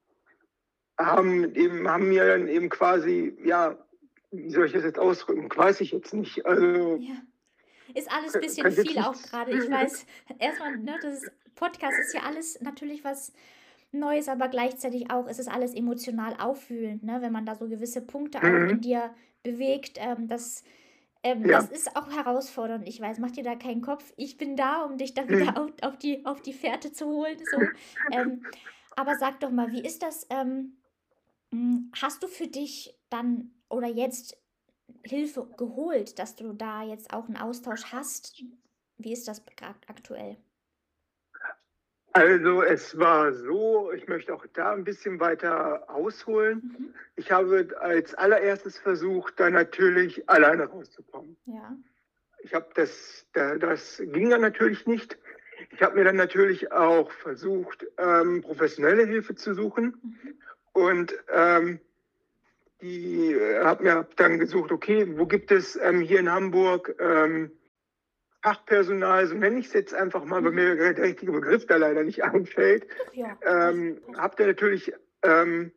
haben, eben, haben mir dann eben quasi, ja, wie soll ich das jetzt ausdrücken? Weiß ich jetzt nicht. Also Ja. Ist alles ein bisschen kann ich jetzt viel auch nichts. gerade. Ich weiß, erstmal, ne, das ist, Podcast ist ja alles natürlich was Neues, aber gleichzeitig auch ist es alles emotional aufwühlend, ne, wenn man da so gewisse Punkte auch in Mhm. dir bewegt. Ähm, das, ähm, das Ja. ist auch herausfordernd. Ich weiß, mach dir da keinen Kopf. Ich bin da, um dich da wieder Mhm. auf, auf die, auf die Fährte zu holen. So. Ähm, aber sag doch mal, wie ist das? Ähm, hm, hast du für dich dann oder jetzt Hilfe geholt, dass du da jetzt auch einen Austausch hast? Wie ist das grad aktuell? Also es war so, ich möchte auch da ein bisschen weiter ausholen. Mhm. Ich habe als allererstes versucht, da natürlich alleine rauszukommen. Ja. Ich habe das, da, das ging dann natürlich nicht. Ich habe mir dann natürlich auch versucht, ähm, professionelle Hilfe zu suchen Mhm. und ähm, die äh, habe mir hab dann gesucht, okay, wo gibt es ähm, hier in Hamburg ähm, Fachpersonal, so nenne ich es jetzt einfach mal, weil Mhm. mir der richtige Begriff da leider nicht einfällt. Doch, ja, das Ähm, passt. habt ihr natürlich ähm,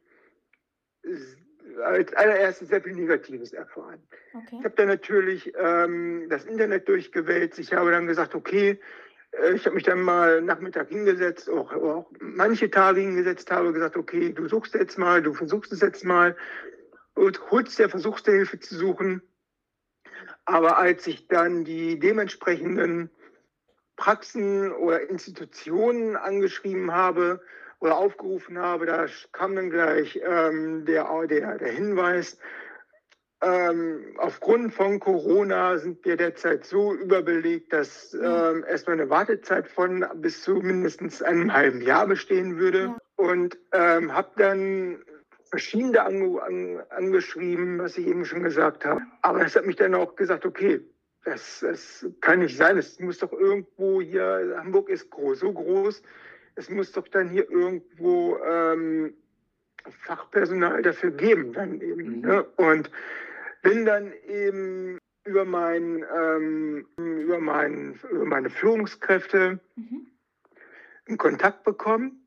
als allererstes sehr viel Negatives erfahren. Okay. Ich habe dann natürlich ähm, das Internet durchgewälzt. Ich habe dann gesagt, okay, äh, ich habe mich dann mal Nachmittag hingesetzt, auch, auch manche Tage hingesetzt, habe gesagt, okay, du suchst jetzt mal, du versuchst es jetzt mal und holst dir, versuchst dir Hilfe zu suchen. Aber als ich dann die dementsprechenden Praxen oder Institutionen angeschrieben habe oder aufgerufen habe, da kam dann gleich ähm, der, der, der Hinweis, ähm, aufgrund von Corona sind wir derzeit so überbelegt, dass Ja, ähm, erstmal eine Wartezeit von bis zu mindestens einem halben Jahr bestehen würde. ja. Und ähm, habe dann verschiedene ange an, angeschrieben, was ich eben schon gesagt habe. Aber es hat mich dann auch gesagt, okay, das, das kann nicht sein. Es muss doch irgendwo hier, Hamburg ist groß, so groß, es muss doch dann hier irgendwo ähm, Fachpersonal dafür geben, dann eben. Mhm. Ne? Und bin dann eben über, mein, ähm, über, mein, über meine Führungskräfte Mhm. in Kontakt bekommen.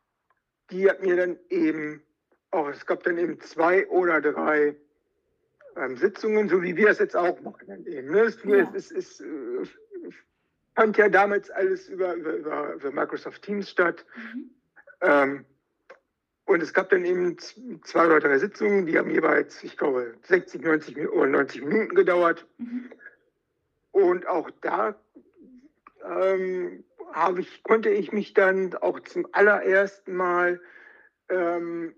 Die hat mir dann eben auch, es gab dann eben zwei oder drei ähm, Sitzungen, so wie wir es jetzt auch machen. Dann eben, ne? Es, Ja. es, es, es fand ja damals alles über, über, über, über Microsoft Teams statt. Mhm. Ähm, und es gab dann eben zwei oder drei Sitzungen, die haben jeweils, ich glaube, sechzig, neunzig oder neunzig Minuten gedauert. Mhm. Und auch da ähm, habe ich, konnte ich mich dann auch zum allerersten Mal ähm,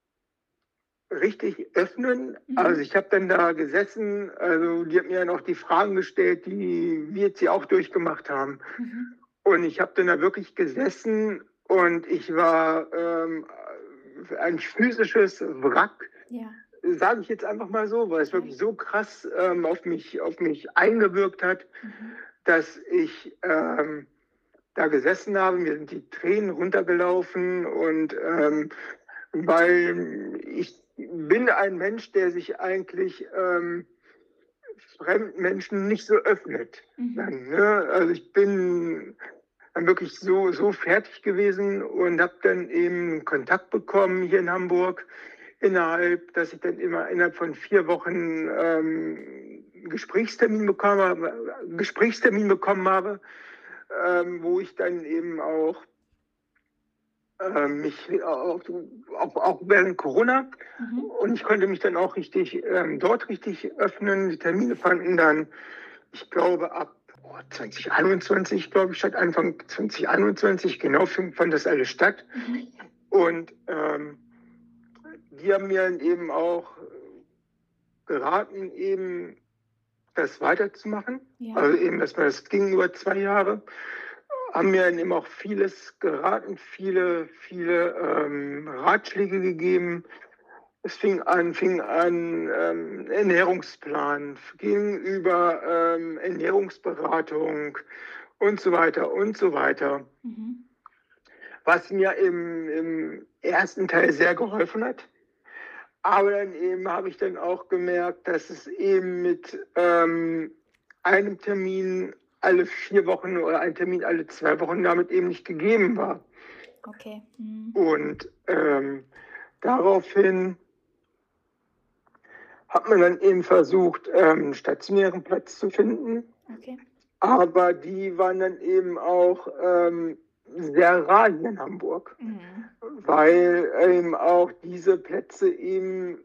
richtig öffnen. Mhm. Also ich habe dann da gesessen, also die hat mir dann auch die Fragen gestellt, die wir jetzt hier auch durchgemacht haben. Mhm. Und ich habe dann da wirklich gesessen und ich war ähm, ein physisches Wrack, Ja. sage ich jetzt einfach mal so, weil es Okay. wirklich so krass ähm, auf mich, auf mich eingewirkt hat, Mhm. dass ich ähm, da gesessen habe, mir sind die Tränen runtergelaufen und ähm, weil ich bin ein Mensch, der sich eigentlich ähm, fremden Menschen nicht so öffnet. Mhm. Dann, ne? Also ich bin dann wirklich so, so fertig gewesen und habe dann eben Kontakt bekommen hier in Hamburg, innerhalb, dass ich dann immer innerhalb von vier Wochen ähm, Gesprächstermin bekommen habe, Gesprächstermin bekommen habe, ähm, wo ich dann eben auch ähm, mich auch, auch, auch während Corona Mhm. und ich konnte mich dann auch richtig ähm, dort richtig öffnen. Die Termine fanden dann, ich glaube, ab oh, zwanzig einundzwanzig, glaube ich, statt Anfang zwanzig einundzwanzig, genau fand das alles statt. Mhm. Und ähm, die haben mir dann eben auch geraten, eben das weiterzumachen. Ja. Also eben, dass man das ging über zwei Jahre. Haben mir dann eben auch vieles geraten, viele, viele ähm, Ratschläge gegeben. Es fing an, fing an ähm, Ernährungsplan, ging über ähm, Ernährungsberatung und so weiter und so weiter. Mhm. Was mir im, im ersten Teil sehr geholfen hat. Aber dann eben habe ich dann auch gemerkt, dass es eben mit ähm, einem Termin alle vier Wochen oder ein Termin alle zwei Wochen damit eben nicht gegeben war. Okay. Mhm. Und ähm, daraufhin hat man dann eben versucht, ähm, einen stationären Platz zu finden. Okay. Aber die waren dann eben auch ähm, sehr rar hier in Hamburg, Mhm. weil eben auch diese Plätze eben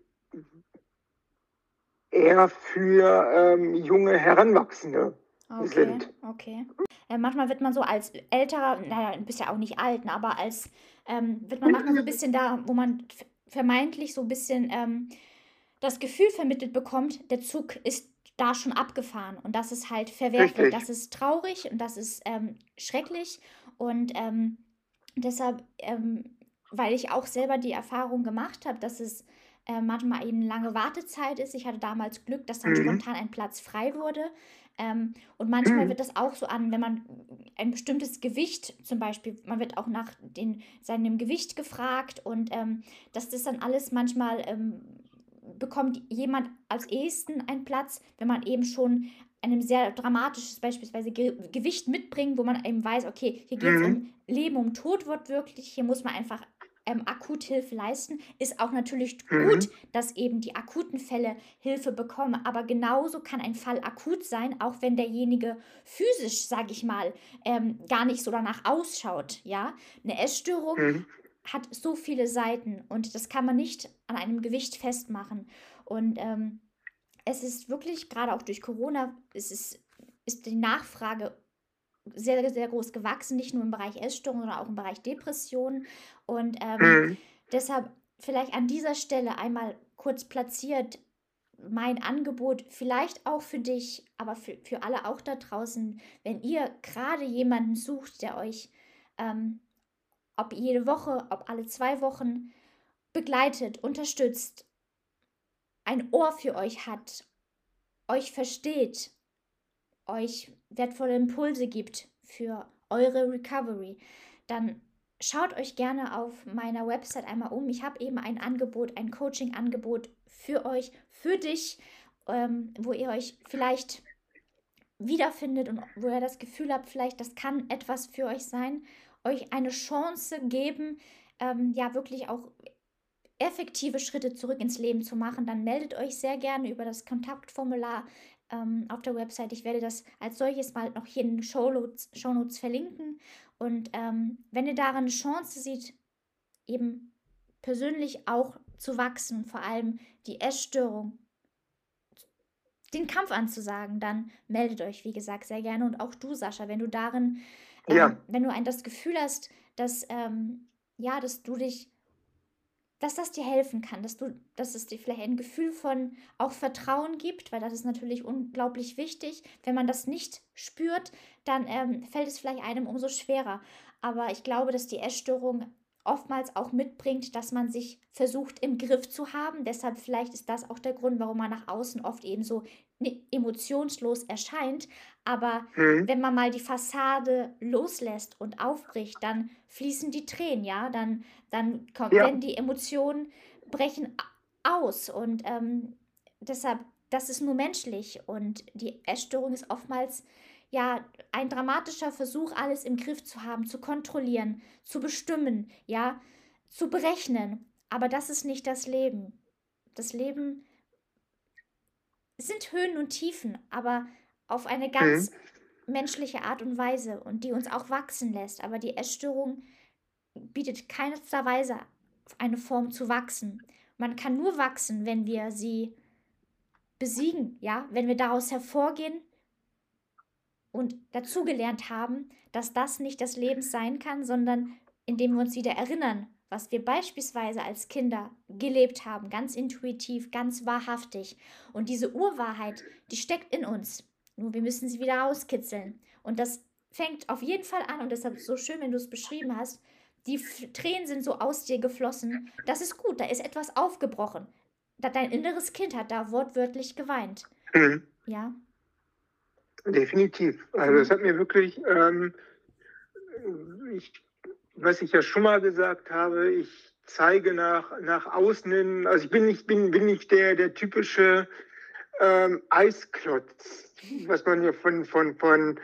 eher für ähm, junge Heranwachsende Okay, sind. okay. Äh, manchmal wird man so als älterer, naja, du bist ja auch nicht alt, ne, aber als ähm, wird man manchmal so ein bisschen da, wo man f- vermeintlich so ein bisschen ähm, das Gefühl vermittelt bekommt, der Zug ist da schon abgefahren. Und das ist halt verwerflich. Richtig. Das ist traurig und das ist ähm, schrecklich. Und ähm, deshalb, ähm, weil ich auch selber die Erfahrung gemacht habe, dass es äh, manchmal eben lange Wartezeit ist. Ich hatte damals Glück, dass dann Mhm. spontan ein Platz frei wurde. Ähm, und manchmal Mhm. wird das auch so an, wenn man ein bestimmtes Gewicht, zum Beispiel, man wird auch nach den, seinem Gewicht gefragt und ähm, dass das dann alles manchmal ähm, bekommt jemand als ehesten einen Platz, wenn man eben schon einem sehr dramatisches beispielsweise Ge Gewicht mitbringt, wo man eben weiß, okay, hier geht es Mhm. um Leben, um Tod wortwörtlich, hier muss man einfach ähm, Akuthilfe leisten. Ist auch natürlich gut, Mhm. dass eben die akuten Fälle Hilfe bekommen, aber genauso kann ein Fall akut sein, auch wenn derjenige physisch, sage ich mal, ähm, gar nicht so danach ausschaut, ja. Eine Essstörung Mhm. hat so viele Seiten und das kann man nicht an einem Gewicht festmachen. Und ähm, es ist wirklich, gerade auch durch Corona, es ist, ist die Nachfrage sehr, sehr groß gewachsen, nicht nur im Bereich Essstörungen, sondern auch im Bereich Depressionen. Und ähm, Mhm. deshalb vielleicht an dieser Stelle einmal kurz platziert mein Angebot, vielleicht auch für dich, aber für, für alle auch da draußen, wenn ihr gerade jemanden sucht, der euch ähm, ob jede Woche, ob alle zwei Wochen begleitet, unterstützt, ein Ohr für euch hat, euch versteht, euch wertvolle Impulse gibt für eure Recovery, dann schaut euch gerne auf meiner Website einmal um. Ich habe eben ein Angebot, ein Coaching-Angebot für euch, für dich, ähm, wo ihr euch vielleicht wiederfindet und wo ihr das Gefühl habt, vielleicht das kann etwas für euch sein, euch eine Chance geben, ähm, ja wirklich auch effektive Schritte zurück ins Leben zu machen, dann meldet euch sehr gerne über das Kontaktformular ähm, auf der Website. Ich werde das als solches mal noch hier in den Shownotes, Shownotes verlinken. Und ähm, wenn ihr darin eine Chance seht, eben persönlich auch zu wachsen, vor allem die Essstörung, den Kampf anzusagen, dann meldet euch, wie gesagt, sehr gerne. Und auch du, Sascha, wenn du darin, ähm, Ja, wenn du ein, das Gefühl hast, dass, ähm, ja, dass du dich, dass das dir helfen kann, dass du, dass es dir vielleicht ein Gefühl von auch Vertrauen gibt, weil das ist natürlich unglaublich wichtig. Wenn man das nicht spürt, dann ähm, fällt es vielleicht einem umso schwerer. Aber ich glaube, dass die Essstörung oftmals auch mitbringt, dass man sich versucht im Griff zu haben. Deshalb vielleicht ist das auch der Grund, warum man nach außen oft eben so ne- emotionslos erscheint. Aber mhm. wenn man mal die Fassade loslässt und aufbricht, dann fließen die Tränen, ja, dann dann kommt, Ja, werden die Emotionen brechen aus und ähm, deshalb, das ist nur menschlich und die Essstörung ist oftmals ja ein dramatischer Versuch, alles im Griff zu haben, zu kontrollieren, zu bestimmen, ja, zu berechnen. Aber das ist nicht das Leben. Das Leben sind Höhen und Tiefen, aber auf eine mhm. ganz menschliche Art und Weise und die uns auch wachsen lässt. Aber die Essstörung bietet keinster Weise eine Form zu wachsen. Man kann nur wachsen, wenn wir sie besiegen, ja, wenn wir daraus hervorgehen und dazugelernt haben, dass das nicht das Leben sein kann, sondern indem wir uns wieder erinnern, was wir beispielsweise als Kinder gelebt haben, ganz intuitiv, ganz wahrhaftig. Und diese Urwahrheit, die steckt in uns. Nur wir müssen sie wieder rauskitzeln. Und das fängt auf jeden Fall an, und deshalb ist es so schön, wenn du es beschrieben hast. Die F Tränen sind so aus dir geflossen. Das ist gut, da ist etwas aufgebrochen. Da dein inneres Kind hat da wortwörtlich geweint. Mhm. Ja, Definitiv. Also es genau. hat mir wirklich, ähm, ich, was ich ja schon mal gesagt habe, ich zeige nach, nach außen hin, also ich bin nicht, bin, bin nicht der, der typische ähm, Eisklotz, was man ja von, von, von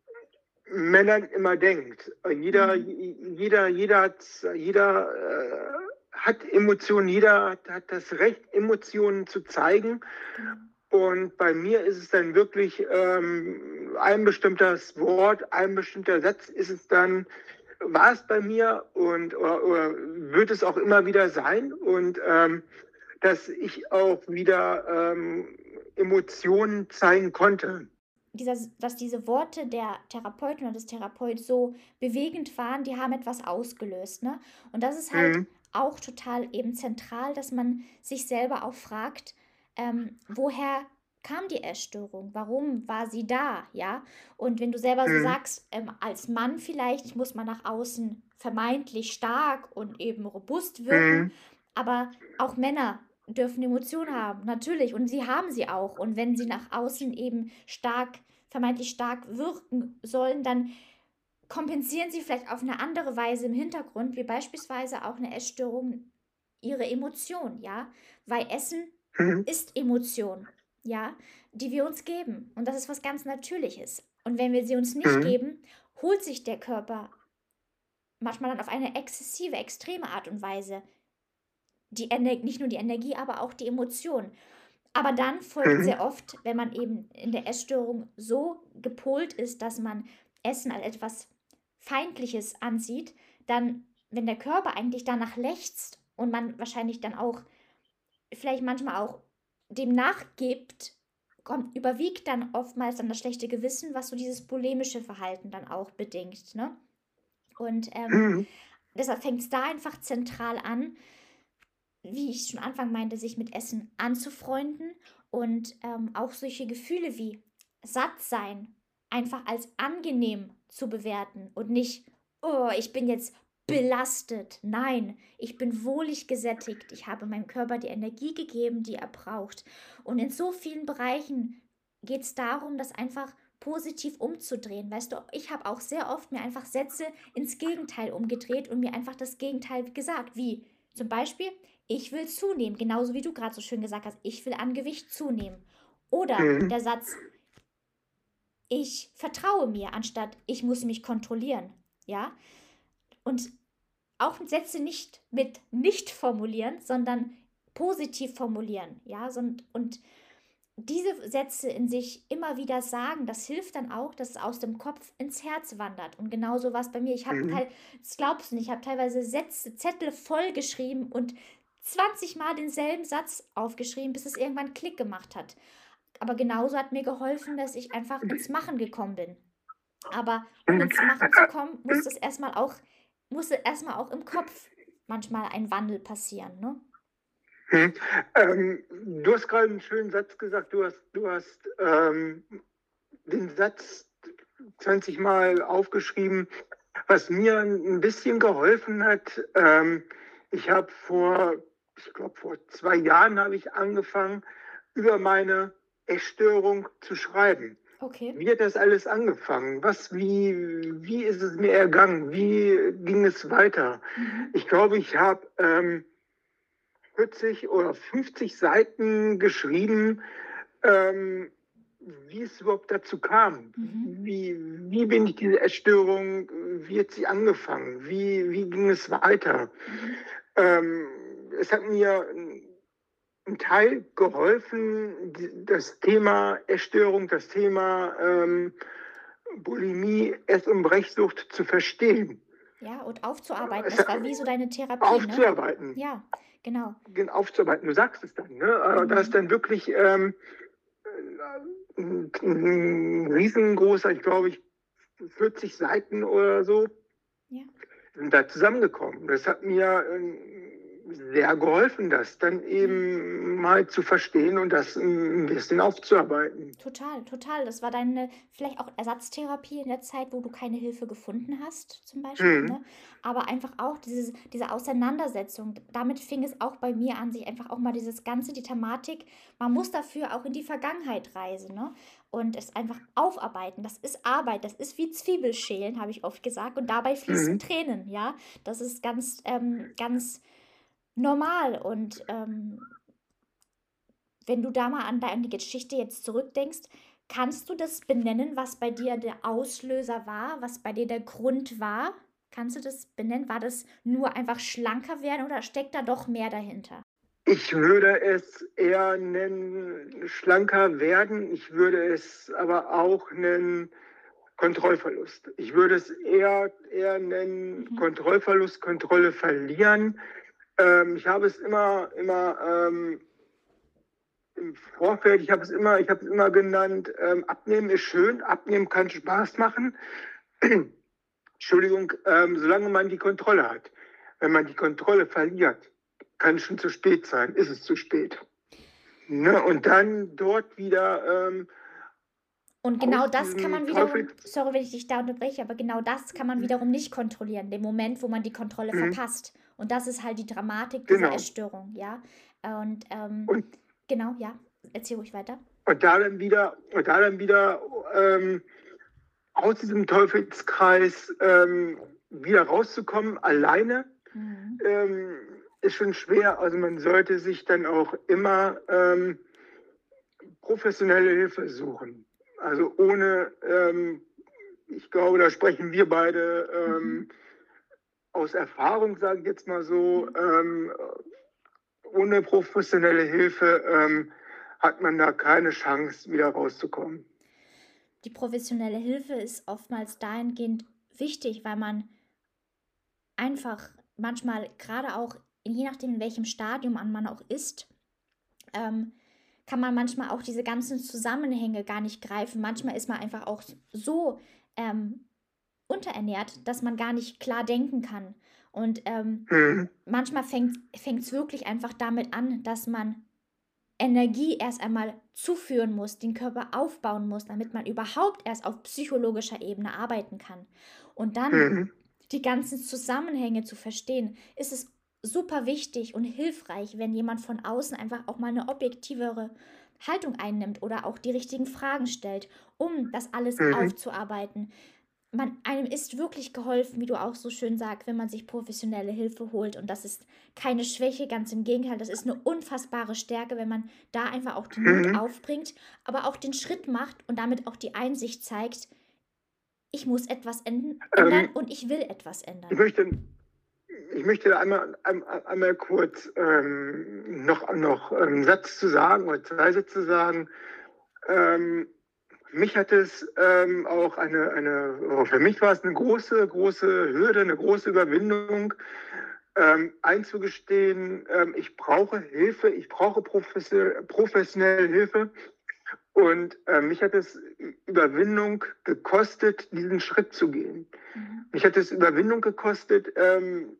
Männern immer denkt. Jeder, Mhm. jeder, jeder hat, jeder äh, hat Emotionen, jeder hat, hat das Recht, Emotionen zu zeigen. Genau. Und bei mir ist es dann wirklich ähm, ein bestimmtes Wort, ein bestimmter Satz ist es dann, war es bei mir und oder, oder wird es auch immer wieder sein. Und ähm, dass ich auch wieder ähm, Emotionen zeigen konnte. Dieser, dass diese Worte der Therapeutin oder des Therapeut so bewegend waren, die haben etwas ausgelöst, ne? Und das ist halt Mhm. auch total eben zentral, dass man sich selber auch fragt, ähm, woher kam die Essstörung? Warum war sie da? Ja? Und wenn du selber so Mhm. sagst, ähm, als Mann vielleicht muss man nach außen vermeintlich stark und eben robust wirken, Mhm. aber auch Männer dürfen Emotionen haben, natürlich. Und sie haben sie auch. Und wenn sie nach außen eben stark, vermeintlich stark wirken sollen, dann kompensieren sie vielleicht auf eine andere Weise im Hintergrund, wie beispielsweise auch eine Essstörung, ihre Emotion, ja. Weil Essen Mhm. ist Emotion, ja, die wir uns geben. Und das ist was ganz Natürliches. Und wenn wir sie uns nicht Mhm. geben, holt sich der Körper manchmal dann auf eine exzessive, extreme Art und Weise die Ener nicht nur die Energie, aber auch die Emotion. Aber dann folgt Mhm. sehr oft, wenn man eben in der Essstörung so gepolt ist, dass man Essen als etwas Feindliches ansieht, dann, wenn der Körper eigentlich danach lechzt und man wahrscheinlich dann auch vielleicht manchmal auch dem nachgibt, kommt, überwiegt dann oftmals dann das schlechte Gewissen, was so dieses polemische Verhalten dann auch bedingt. Ne? Und ähm, Mhm. deshalb fängt es da einfach zentral an, wie ich schon Anfang meinte, sich mit Essen anzufreunden und ähm, auch solche Gefühle wie satt sein einfach als angenehm zu bewerten und nicht, oh, ich bin jetzt belastet. Nein, ich bin wohlig gesättigt. Ich habe meinem Körper die Energie gegeben, die er braucht. Und in so vielen Bereichen geht es darum, das einfach positiv umzudrehen. Weißt du, ich habe auch sehr oft mir einfach Sätze ins Gegenteil umgedreht und mir einfach das Gegenteil gesagt, wie zum Beispiel, ich will zunehmen, genauso wie du gerade so schön gesagt hast, ich will an Gewicht zunehmen. Oder Mhm. der Satz, ich vertraue mir, anstatt ich muss mich kontrollieren. Ja? Und auch Sätze nicht mit nicht formulieren, sondern positiv formulieren, ja, so, und, und diese Sätze in sich immer wieder sagen, das hilft dann auch, dass es aus dem Kopf ins Herz wandert. Und genauso war es bei mir. Ich habe, Mhm. das glaubst du nicht, ich habe teilweise Sätze, Zettel voll geschrieben und zwanzig Mal denselben Satz aufgeschrieben, bis es irgendwann Klick gemacht hat. Aber genauso hat mir geholfen, dass ich einfach ins Machen gekommen bin. Aber um Mhm. ins Machen zu kommen, muss das erstmal auch, musste erstmal auch im Kopf manchmal ein Wandel passieren, ne? Mhm. Ähm, du hast gerade einen schönen Satz gesagt. Du hast, du hast ähm, den Satz zwanzig Mal aufgeschrieben, was mir ein bisschen geholfen hat. Ähm, ich habe vor, ich glaube, vor zwei Jahren habe ich angefangen, über meine Essstörung zu schreiben. Okay. Wie hat das alles angefangen? Was, wie, wie ist es mir ergangen? Wie ging es weiter? Mhm. Ich glaube, ich habe ähm, vierzig oder fünfzig Seiten geschrieben, ähm, wie es überhaupt dazu kam. Mhm. Wie, wie bin ich diese Essstörung, wie hat sie angefangen? Wie, wie ging es weiter? Mhm. Ähm, es hat mir ein Teil geholfen, das Thema Essstörung, das Thema ähm, Bulimie, Ess- und Brechsucht zu verstehen. Ja, und aufzuarbeiten. Es Das war wie so deine Therapie, ne? aufzuarbeiten. Ja, genau. Aufzuarbeiten, du sagst es dann. Ne? Da ist Mhm. dann wirklich ähm, ein, ein riesengroßer, ich glaube, ich vierzig Seiten oder so, Ja. sind da zusammengekommen. Das hat mir ähm, sehr geholfen, das dann Ja. eben mal zu verstehen und das ein bisschen aufzuarbeiten. Total, total. Das war deine vielleicht auch Ersatztherapie in der Zeit, wo du keine Hilfe gefunden hast, zum Beispiel, Mhm. ne? Aber einfach auch dieses, diese Auseinandersetzung. Damit fing es auch bei mir an, sich einfach auch mal dieses Ganze, die Thematik, man muss dafür auch in die Vergangenheit reisen, ne? Und es einfach aufarbeiten. Das ist Arbeit, das ist wie Zwiebelschälen, habe ich oft gesagt. Und dabei fließen Mhm. Tränen, ja. Das ist ganz, ähm, ganz normal. Und ähm, wenn du da mal an deine Geschichte jetzt zurückdenkst, kannst du das benennen, was bei dir der Auslöser war, was bei dir der Grund war? Kannst du das benennen? War das nur einfach schlanker werden oder steckt da doch mehr dahinter? Ich würde es eher nennen, schlanker werden. Ich würde es aber auch nennen, Kontrollverlust. Ich würde es eher, eher nennen, Mhm. Kontrollverlust, Kontrolle verlieren. Ähm, ich habe es immer, immer ähm, im Vorfeld, ich habe es immer, ich habe es immer genannt, ähm, abnehmen ist schön, abnehmen kann Spaß machen. Entschuldigung, ähm, solange man die Kontrolle hat. Wenn man die Kontrolle verliert, kann es schon zu spät sein, ist es zu spät. Ne? Und dann dort wieder ähm, Und genau aus das kann diesem man Teufel. wiederum, sorry, wenn ich dich da unterbreche, aber genau das kann man wiederum nicht kontrollieren, den Moment, wo man die Kontrolle Mhm, verpasst. Und das ist halt die Dramatik dieser genau. Essstörung, ja. Und ähm, Und, genau, ja, erzähl ruhig weiter. und da dann wieder, und da dann wieder ähm, aus diesem Teufelskreis ähm, wieder rauszukommen, alleine, Mhm. ähm, ist schon schwer. Also man sollte sich dann auch immer ähm, professionelle Hilfe suchen. Also ohne, ähm, ich glaube, da sprechen wir beide ähm, Mhm. aus Erfahrung, sage ich jetzt mal Ja. so, ähm, ohne professionelle Hilfe ähm, hat man da keine Chance, wieder rauszukommen. Die professionelle Hilfe ist oftmals dahingehend wichtig, weil man einfach manchmal gerade auch, je nachdem, in welchem Stadium an man auch ist, ähm, kann man manchmal auch diese ganzen Zusammenhänge gar nicht greifen. Manchmal ist man einfach auch so ähm, unterernährt, dass man gar nicht klar denken kann. Und ähm, Mhm. manchmal fängt es wirklich einfach damit an, dass man Energie erst einmal zuführen muss, den Körper aufbauen muss, damit man überhaupt erst auf psychologischer Ebene arbeiten kann. Und dann Mhm. die ganzen Zusammenhänge zu verstehen, ist es super wichtig und hilfreich, wenn jemand von außen einfach auch mal eine objektivere Haltung einnimmt oder auch die richtigen Fragen stellt, um das alles Mhm. aufzuarbeiten. Man, einem ist wirklich geholfen, wie du auch so schön sagst, wenn man sich professionelle Hilfe holt. Und das ist keine Schwäche, ganz im Gegenteil, das ist eine unfassbare Stärke, wenn man da einfach auch den Mut Mhm. aufbringt, aber auch den Schritt macht und damit auch die Einsicht zeigt, ich muss etwas ändern Ähm, und ich will etwas ich ändern. möchte, ich möchte da einmal, einmal, einmal kurz ähm, noch, noch einen Satz zu sagen oder zwei Sätze zu sagen. Ähm, mich hat es ähm, auch eine, eine, für mich war es eine große, große Hürde, eine große Überwindung, ähm, einzugestehen, ähm, ich brauche Hilfe, ich brauche professionelle, professionelle Hilfe. Und äh, mich hat es Überwindung gekostet, diesen Schritt zu gehen. Mhm. Mich hat es Überwindung gekostet, ähm,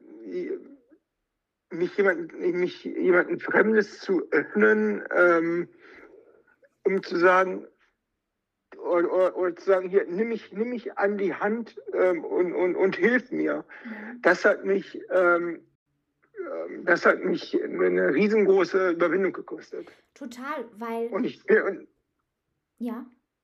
mich jemand, mich jemandem Fremdes zu öffnen, ähm, um zu sagen, oder, oder, oder zu sagen, hier, nimm mich, nimm mich an die Hand ähm, und, und, und hilf mir. Mhm. Das hat mich, ähm, das hat mich eine riesengroße Überwindung gekostet. Total, weil... Und ich, und, ja.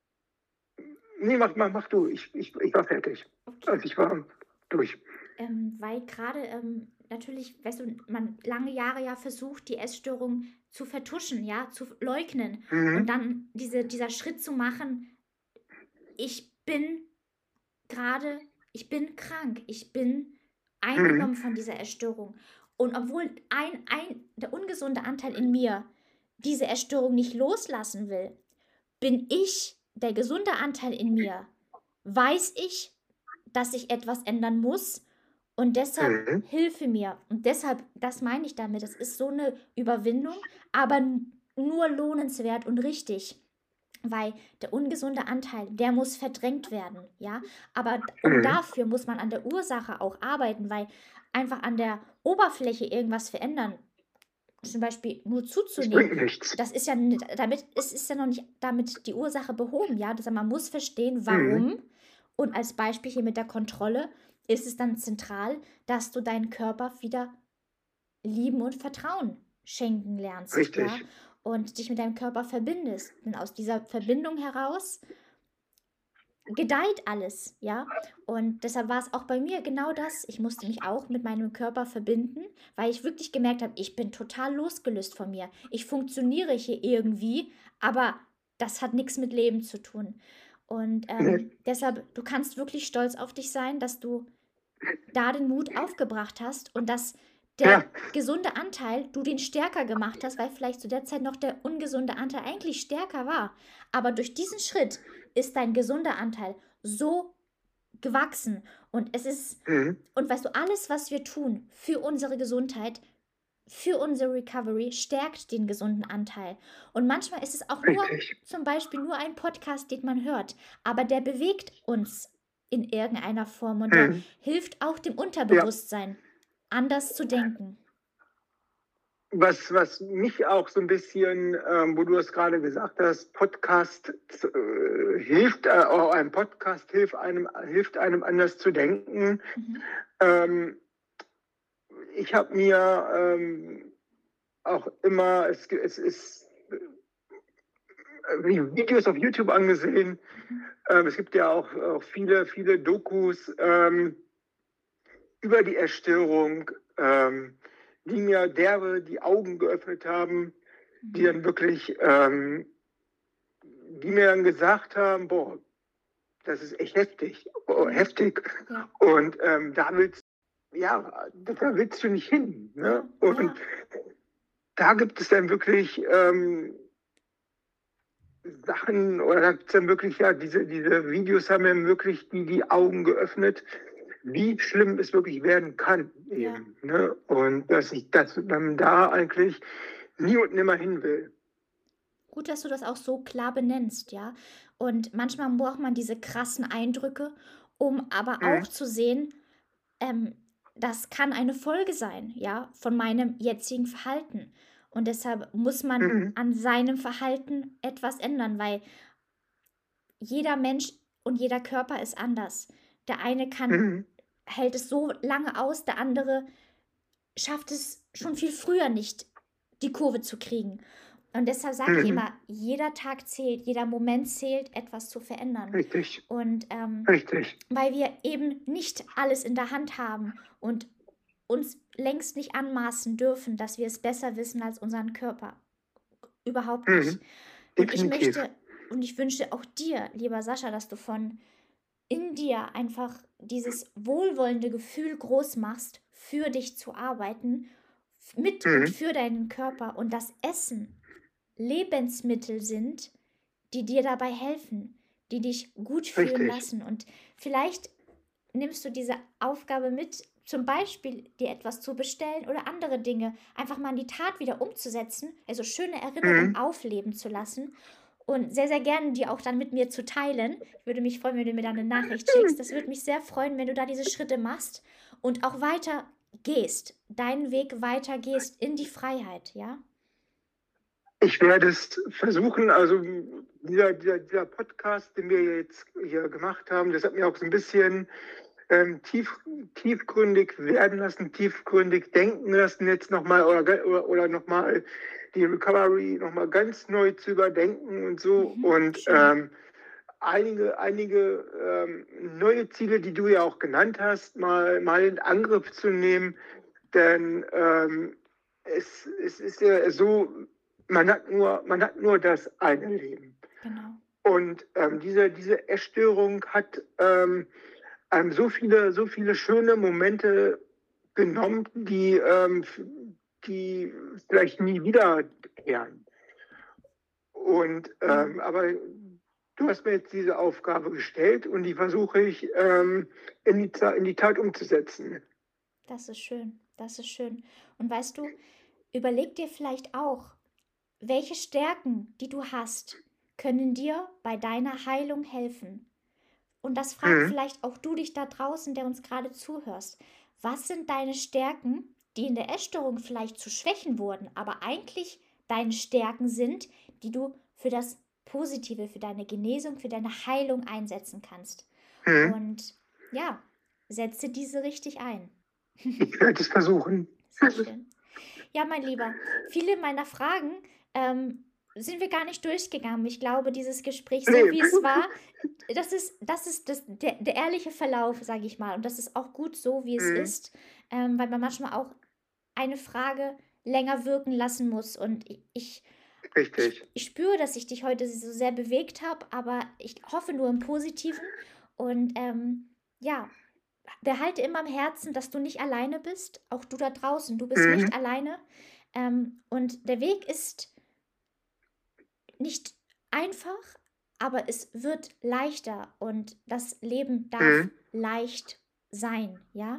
Nee, mach, mach, mach du. Ich, ich, ich war fertig. Okay. Also ich war durch. Ähm, weil gerade ähm, natürlich, weißt du, man lange Jahre ja versucht, die Essstörung zu vertuschen, ja, zu leugnen. Mhm. Und dann diese, dieser Schritt zu machen, ich bin gerade, ich bin krank, ich bin eingenommen mhm. von dieser Essstörung. Und obwohl ein, ein, der ungesunde Anteil in mir diese Essstörung nicht loslassen will, bin ich, der gesunde Anteil in mir, weiß ich, dass ich etwas ändern muss und deshalb mhm. hilfe mir. Und deshalb, das meine ich damit, das ist so eine Überwindung, aber nur lohnenswert und richtig. Weil der ungesunde Anteil, der muss verdrängt werden, ja. Aber und dafür muss man an der Ursache auch arbeiten, weil einfach an der Oberfläche irgendwas verändern, zum Beispiel nur zuzunehmen, das, das ist ja nicht, damit ist, ist ja noch nicht damit die Ursache behoben, ja. Das heißt, man muss verstehen, warum. Mhm. Und als Beispiel hier mit der Kontrolle ist es dann zentral, dass du deinen Körper wieder lieben und Vertrauen schenken lernst, Richtig. Ja. Und dich mit deinem Körper verbindest. Und aus dieser Verbindung heraus gedeiht alles, ja. Und deshalb war es auch bei mir genau das. Ich musste mich auch mit meinem Körper verbinden, weil ich wirklich gemerkt habe, ich bin total losgelöst von mir. Ich funktioniere hier irgendwie, aber das hat nichts mit Leben zu tun. Und ähm, mhm. deshalb, du kannst wirklich stolz auf dich sein, dass du da den Mut aufgebracht hast und dass der ja. gesunde Anteil, du den stärker gemacht hast, weil vielleicht zu der Zeit noch der ungesunde Anteil eigentlich stärker war. Aber durch diesen Schritt ist dein gesunder Anteil so gewachsen. Und es ist, mhm. und weißt du, alles, was wir tun für unsere Gesundheit, für unsere Recovery, stärkt den gesunden Anteil. Und manchmal ist es auch nur, Richtig. zum Beispiel nur ein Podcast, den man hört, aber der bewegt uns in irgendeiner Form und mhm. der hilft auch dem Unterbewusstsein, ja. anders zu denken. Was, was mich auch so ein bisschen, ähm, wo du es gerade gesagt hast, Podcast äh, hilft, äh, auch ein Podcast hilft einem, hilft einem anders zu denken. Mhm. Ähm, ich habe mir ähm, auch immer, es, es ist äh, Videos auf YouTube angesehen. Mhm. Ähm, es gibt ja auch, auch viele, viele Dokus ähm, über die Essstörung, ähm, die mir derbe die Augen geöffnet haben, die dann wirklich, ähm, die mir dann gesagt haben, boah, das ist echt heftig, oh, heftig. Ja. Und ähm, da willst, ja, da willst du nicht hin. Ne? Ja. Und ja. da gibt es dann wirklich ähm, Sachen, oder da gibt es dann wirklich, ja, diese, diese Videos haben mir wirklich die, die Augen geöffnet, wie schlimm es wirklich werden kann. Eben, ja. ne? Und dass ich das dann da eigentlich nie und nimmer hin will. Gut, dass du das auch so klar benennst, ja. Und manchmal braucht man diese krassen Eindrücke, um aber mhm. auch zu sehen, ähm, das kann eine Folge sein, ja, von meinem jetzigen Verhalten. Und deshalb muss man mhm. an seinem Verhalten etwas ändern, weil jeder Mensch und jeder Körper ist anders. Der eine kann, mhm. hält es so lange aus, der andere schafft es schon viel früher nicht, die Kurve zu kriegen. Und deshalb sage mhm. ich immer, jeder Tag zählt, jeder Moment zählt, etwas zu verändern. Richtig. Und ähm, Richtig. weil wir eben nicht alles in der Hand haben und uns längst nicht anmaßen dürfen, dass wir es besser wissen als unseren Körper. Überhaupt nicht. Mhm. Und ich möchte und ich wünsche auch dir, lieber Sascha, dass du von in dir einfach dieses wohlwollende Gefühl groß machst, für dich zu arbeiten, f- mit und Mhm. für deinen Körper und das Essen Lebensmittel sind, die dir dabei helfen, die dich gut fühlen Richtig. lassen. Und vielleicht nimmst du diese Aufgabe mit, zum Beispiel dir etwas zu bestellen oder andere Dinge einfach mal in die Tat wieder umzusetzen, also schöne Erinnerungen Mhm. aufleben zu lassen und sehr, sehr gerne die auch dann mit mir zu teilen. Ich würde mich freuen, wenn du mir dann eine Nachricht schickst. Das würde mich sehr freuen, wenn du da diese Schritte machst und auch weiter gehst, deinen Weg weiter gehst in die Freiheit, ja? Ich werde es versuchen. Also dieser, dieser, dieser Podcast, den wir jetzt hier gemacht haben, das hat mir auch so ein bisschen ähm, tief, tiefgründig werden lassen, tiefgründig denken lassen, jetzt nochmal oder, oder, oder nochmal die Recovery nochmal ganz neu zu überdenken und so. Mhm, Und schön. ähm, einige, einige ähm, neue Ziele, die du ja auch genannt hast, mal, mal in Angriff zu nehmen. Denn ähm, es, es ist ja so, man hat nur, man hat nur das eine Leben. Genau. Und ähm, diese, diese Essstörung hat ähm, einem so viele, so viele schöne Momente genommen, die, ähm, die vielleicht nie wiederkehren. Und Ja. ähm, aber du hast mir jetzt diese Aufgabe gestellt und die versuche ich ähm, in, die, in die Tat umzusetzen. Das ist schön, das ist schön. Und weißt du, überleg dir vielleicht auch, welche Stärken, die du hast, können dir bei deiner Heilung helfen. Und das frag Mhm. vielleicht auch du dich da draußen, der uns gerade zuhörst. Was sind deine Stärken, die in der Essstörung vielleicht zu Schwächen wurden, aber eigentlich deine Stärken sind, die du für das Positive, für deine Genesung, für deine Heilung einsetzen kannst? Mhm. Und ja, setze diese richtig ein. Ich werde es versuchen. Sehr schön. Ja, mein Lieber, viele meiner Fragen ähm, sind wir gar nicht durchgegangen. Ich glaube, dieses Gespräch, so Nee. wie es war, das ist, das ist das, der, der ehrliche Verlauf, sage ich mal. Und das ist auch gut so, wie es Mhm. ist, ähm, weil man manchmal auch eine Frage länger wirken lassen muss. Und ich, ich, Richtig. ich spüre, dass ich dich heute so sehr bewegt habe, aber ich hoffe nur im Positiven. Und ähm, ja, behalte immer im Herzen, dass du nicht alleine bist, auch du da draußen, du bist nicht Mhm. alleine. Ähm, und der Weg ist nicht einfach, aber es wird leichter und das Leben darf Mhm. leicht sein, ja?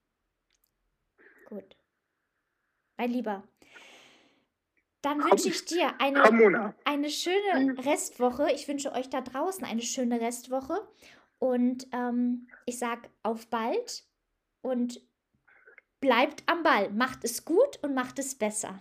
Gut. Mein Lieber, dann wünsche Komm, ich dir eine, komm, Mona. eine schöne Restwoche. Ich wünsche euch da draußen eine schöne Restwoche. Und ähm, ich sage auf bald und bleibt am Ball. Macht es gut und macht es besser.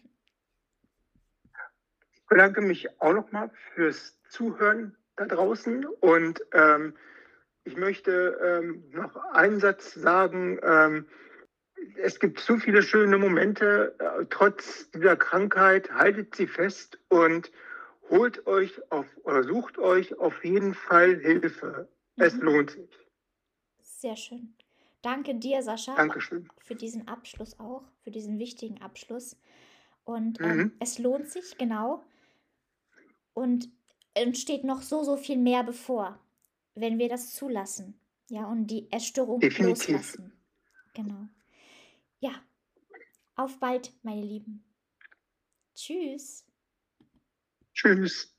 Ich bedanke mich auch nochmal fürs Zuhören da draußen und ähm, ich möchte ähm, noch einen Satz sagen. Ähm, es gibt so viele schöne Momente, äh, trotz dieser Krankheit. Haltet sie fest und holt euch auf oder sucht euch auf jeden Fall Hilfe. Es Mhm. lohnt sich. Sehr schön. Danke dir, Sascha, Dankeschön. für diesen Abschluss auch, für diesen wichtigen Abschluss. Und Mhm. ähm, es lohnt sich, genau. Und es steht noch so, so viel mehr bevor, wenn wir das zulassen. Ja, und die Essstörung Definitiv. loslassen. Genau. Ja, auf bald, meine Lieben. Tschüss. Tschüss.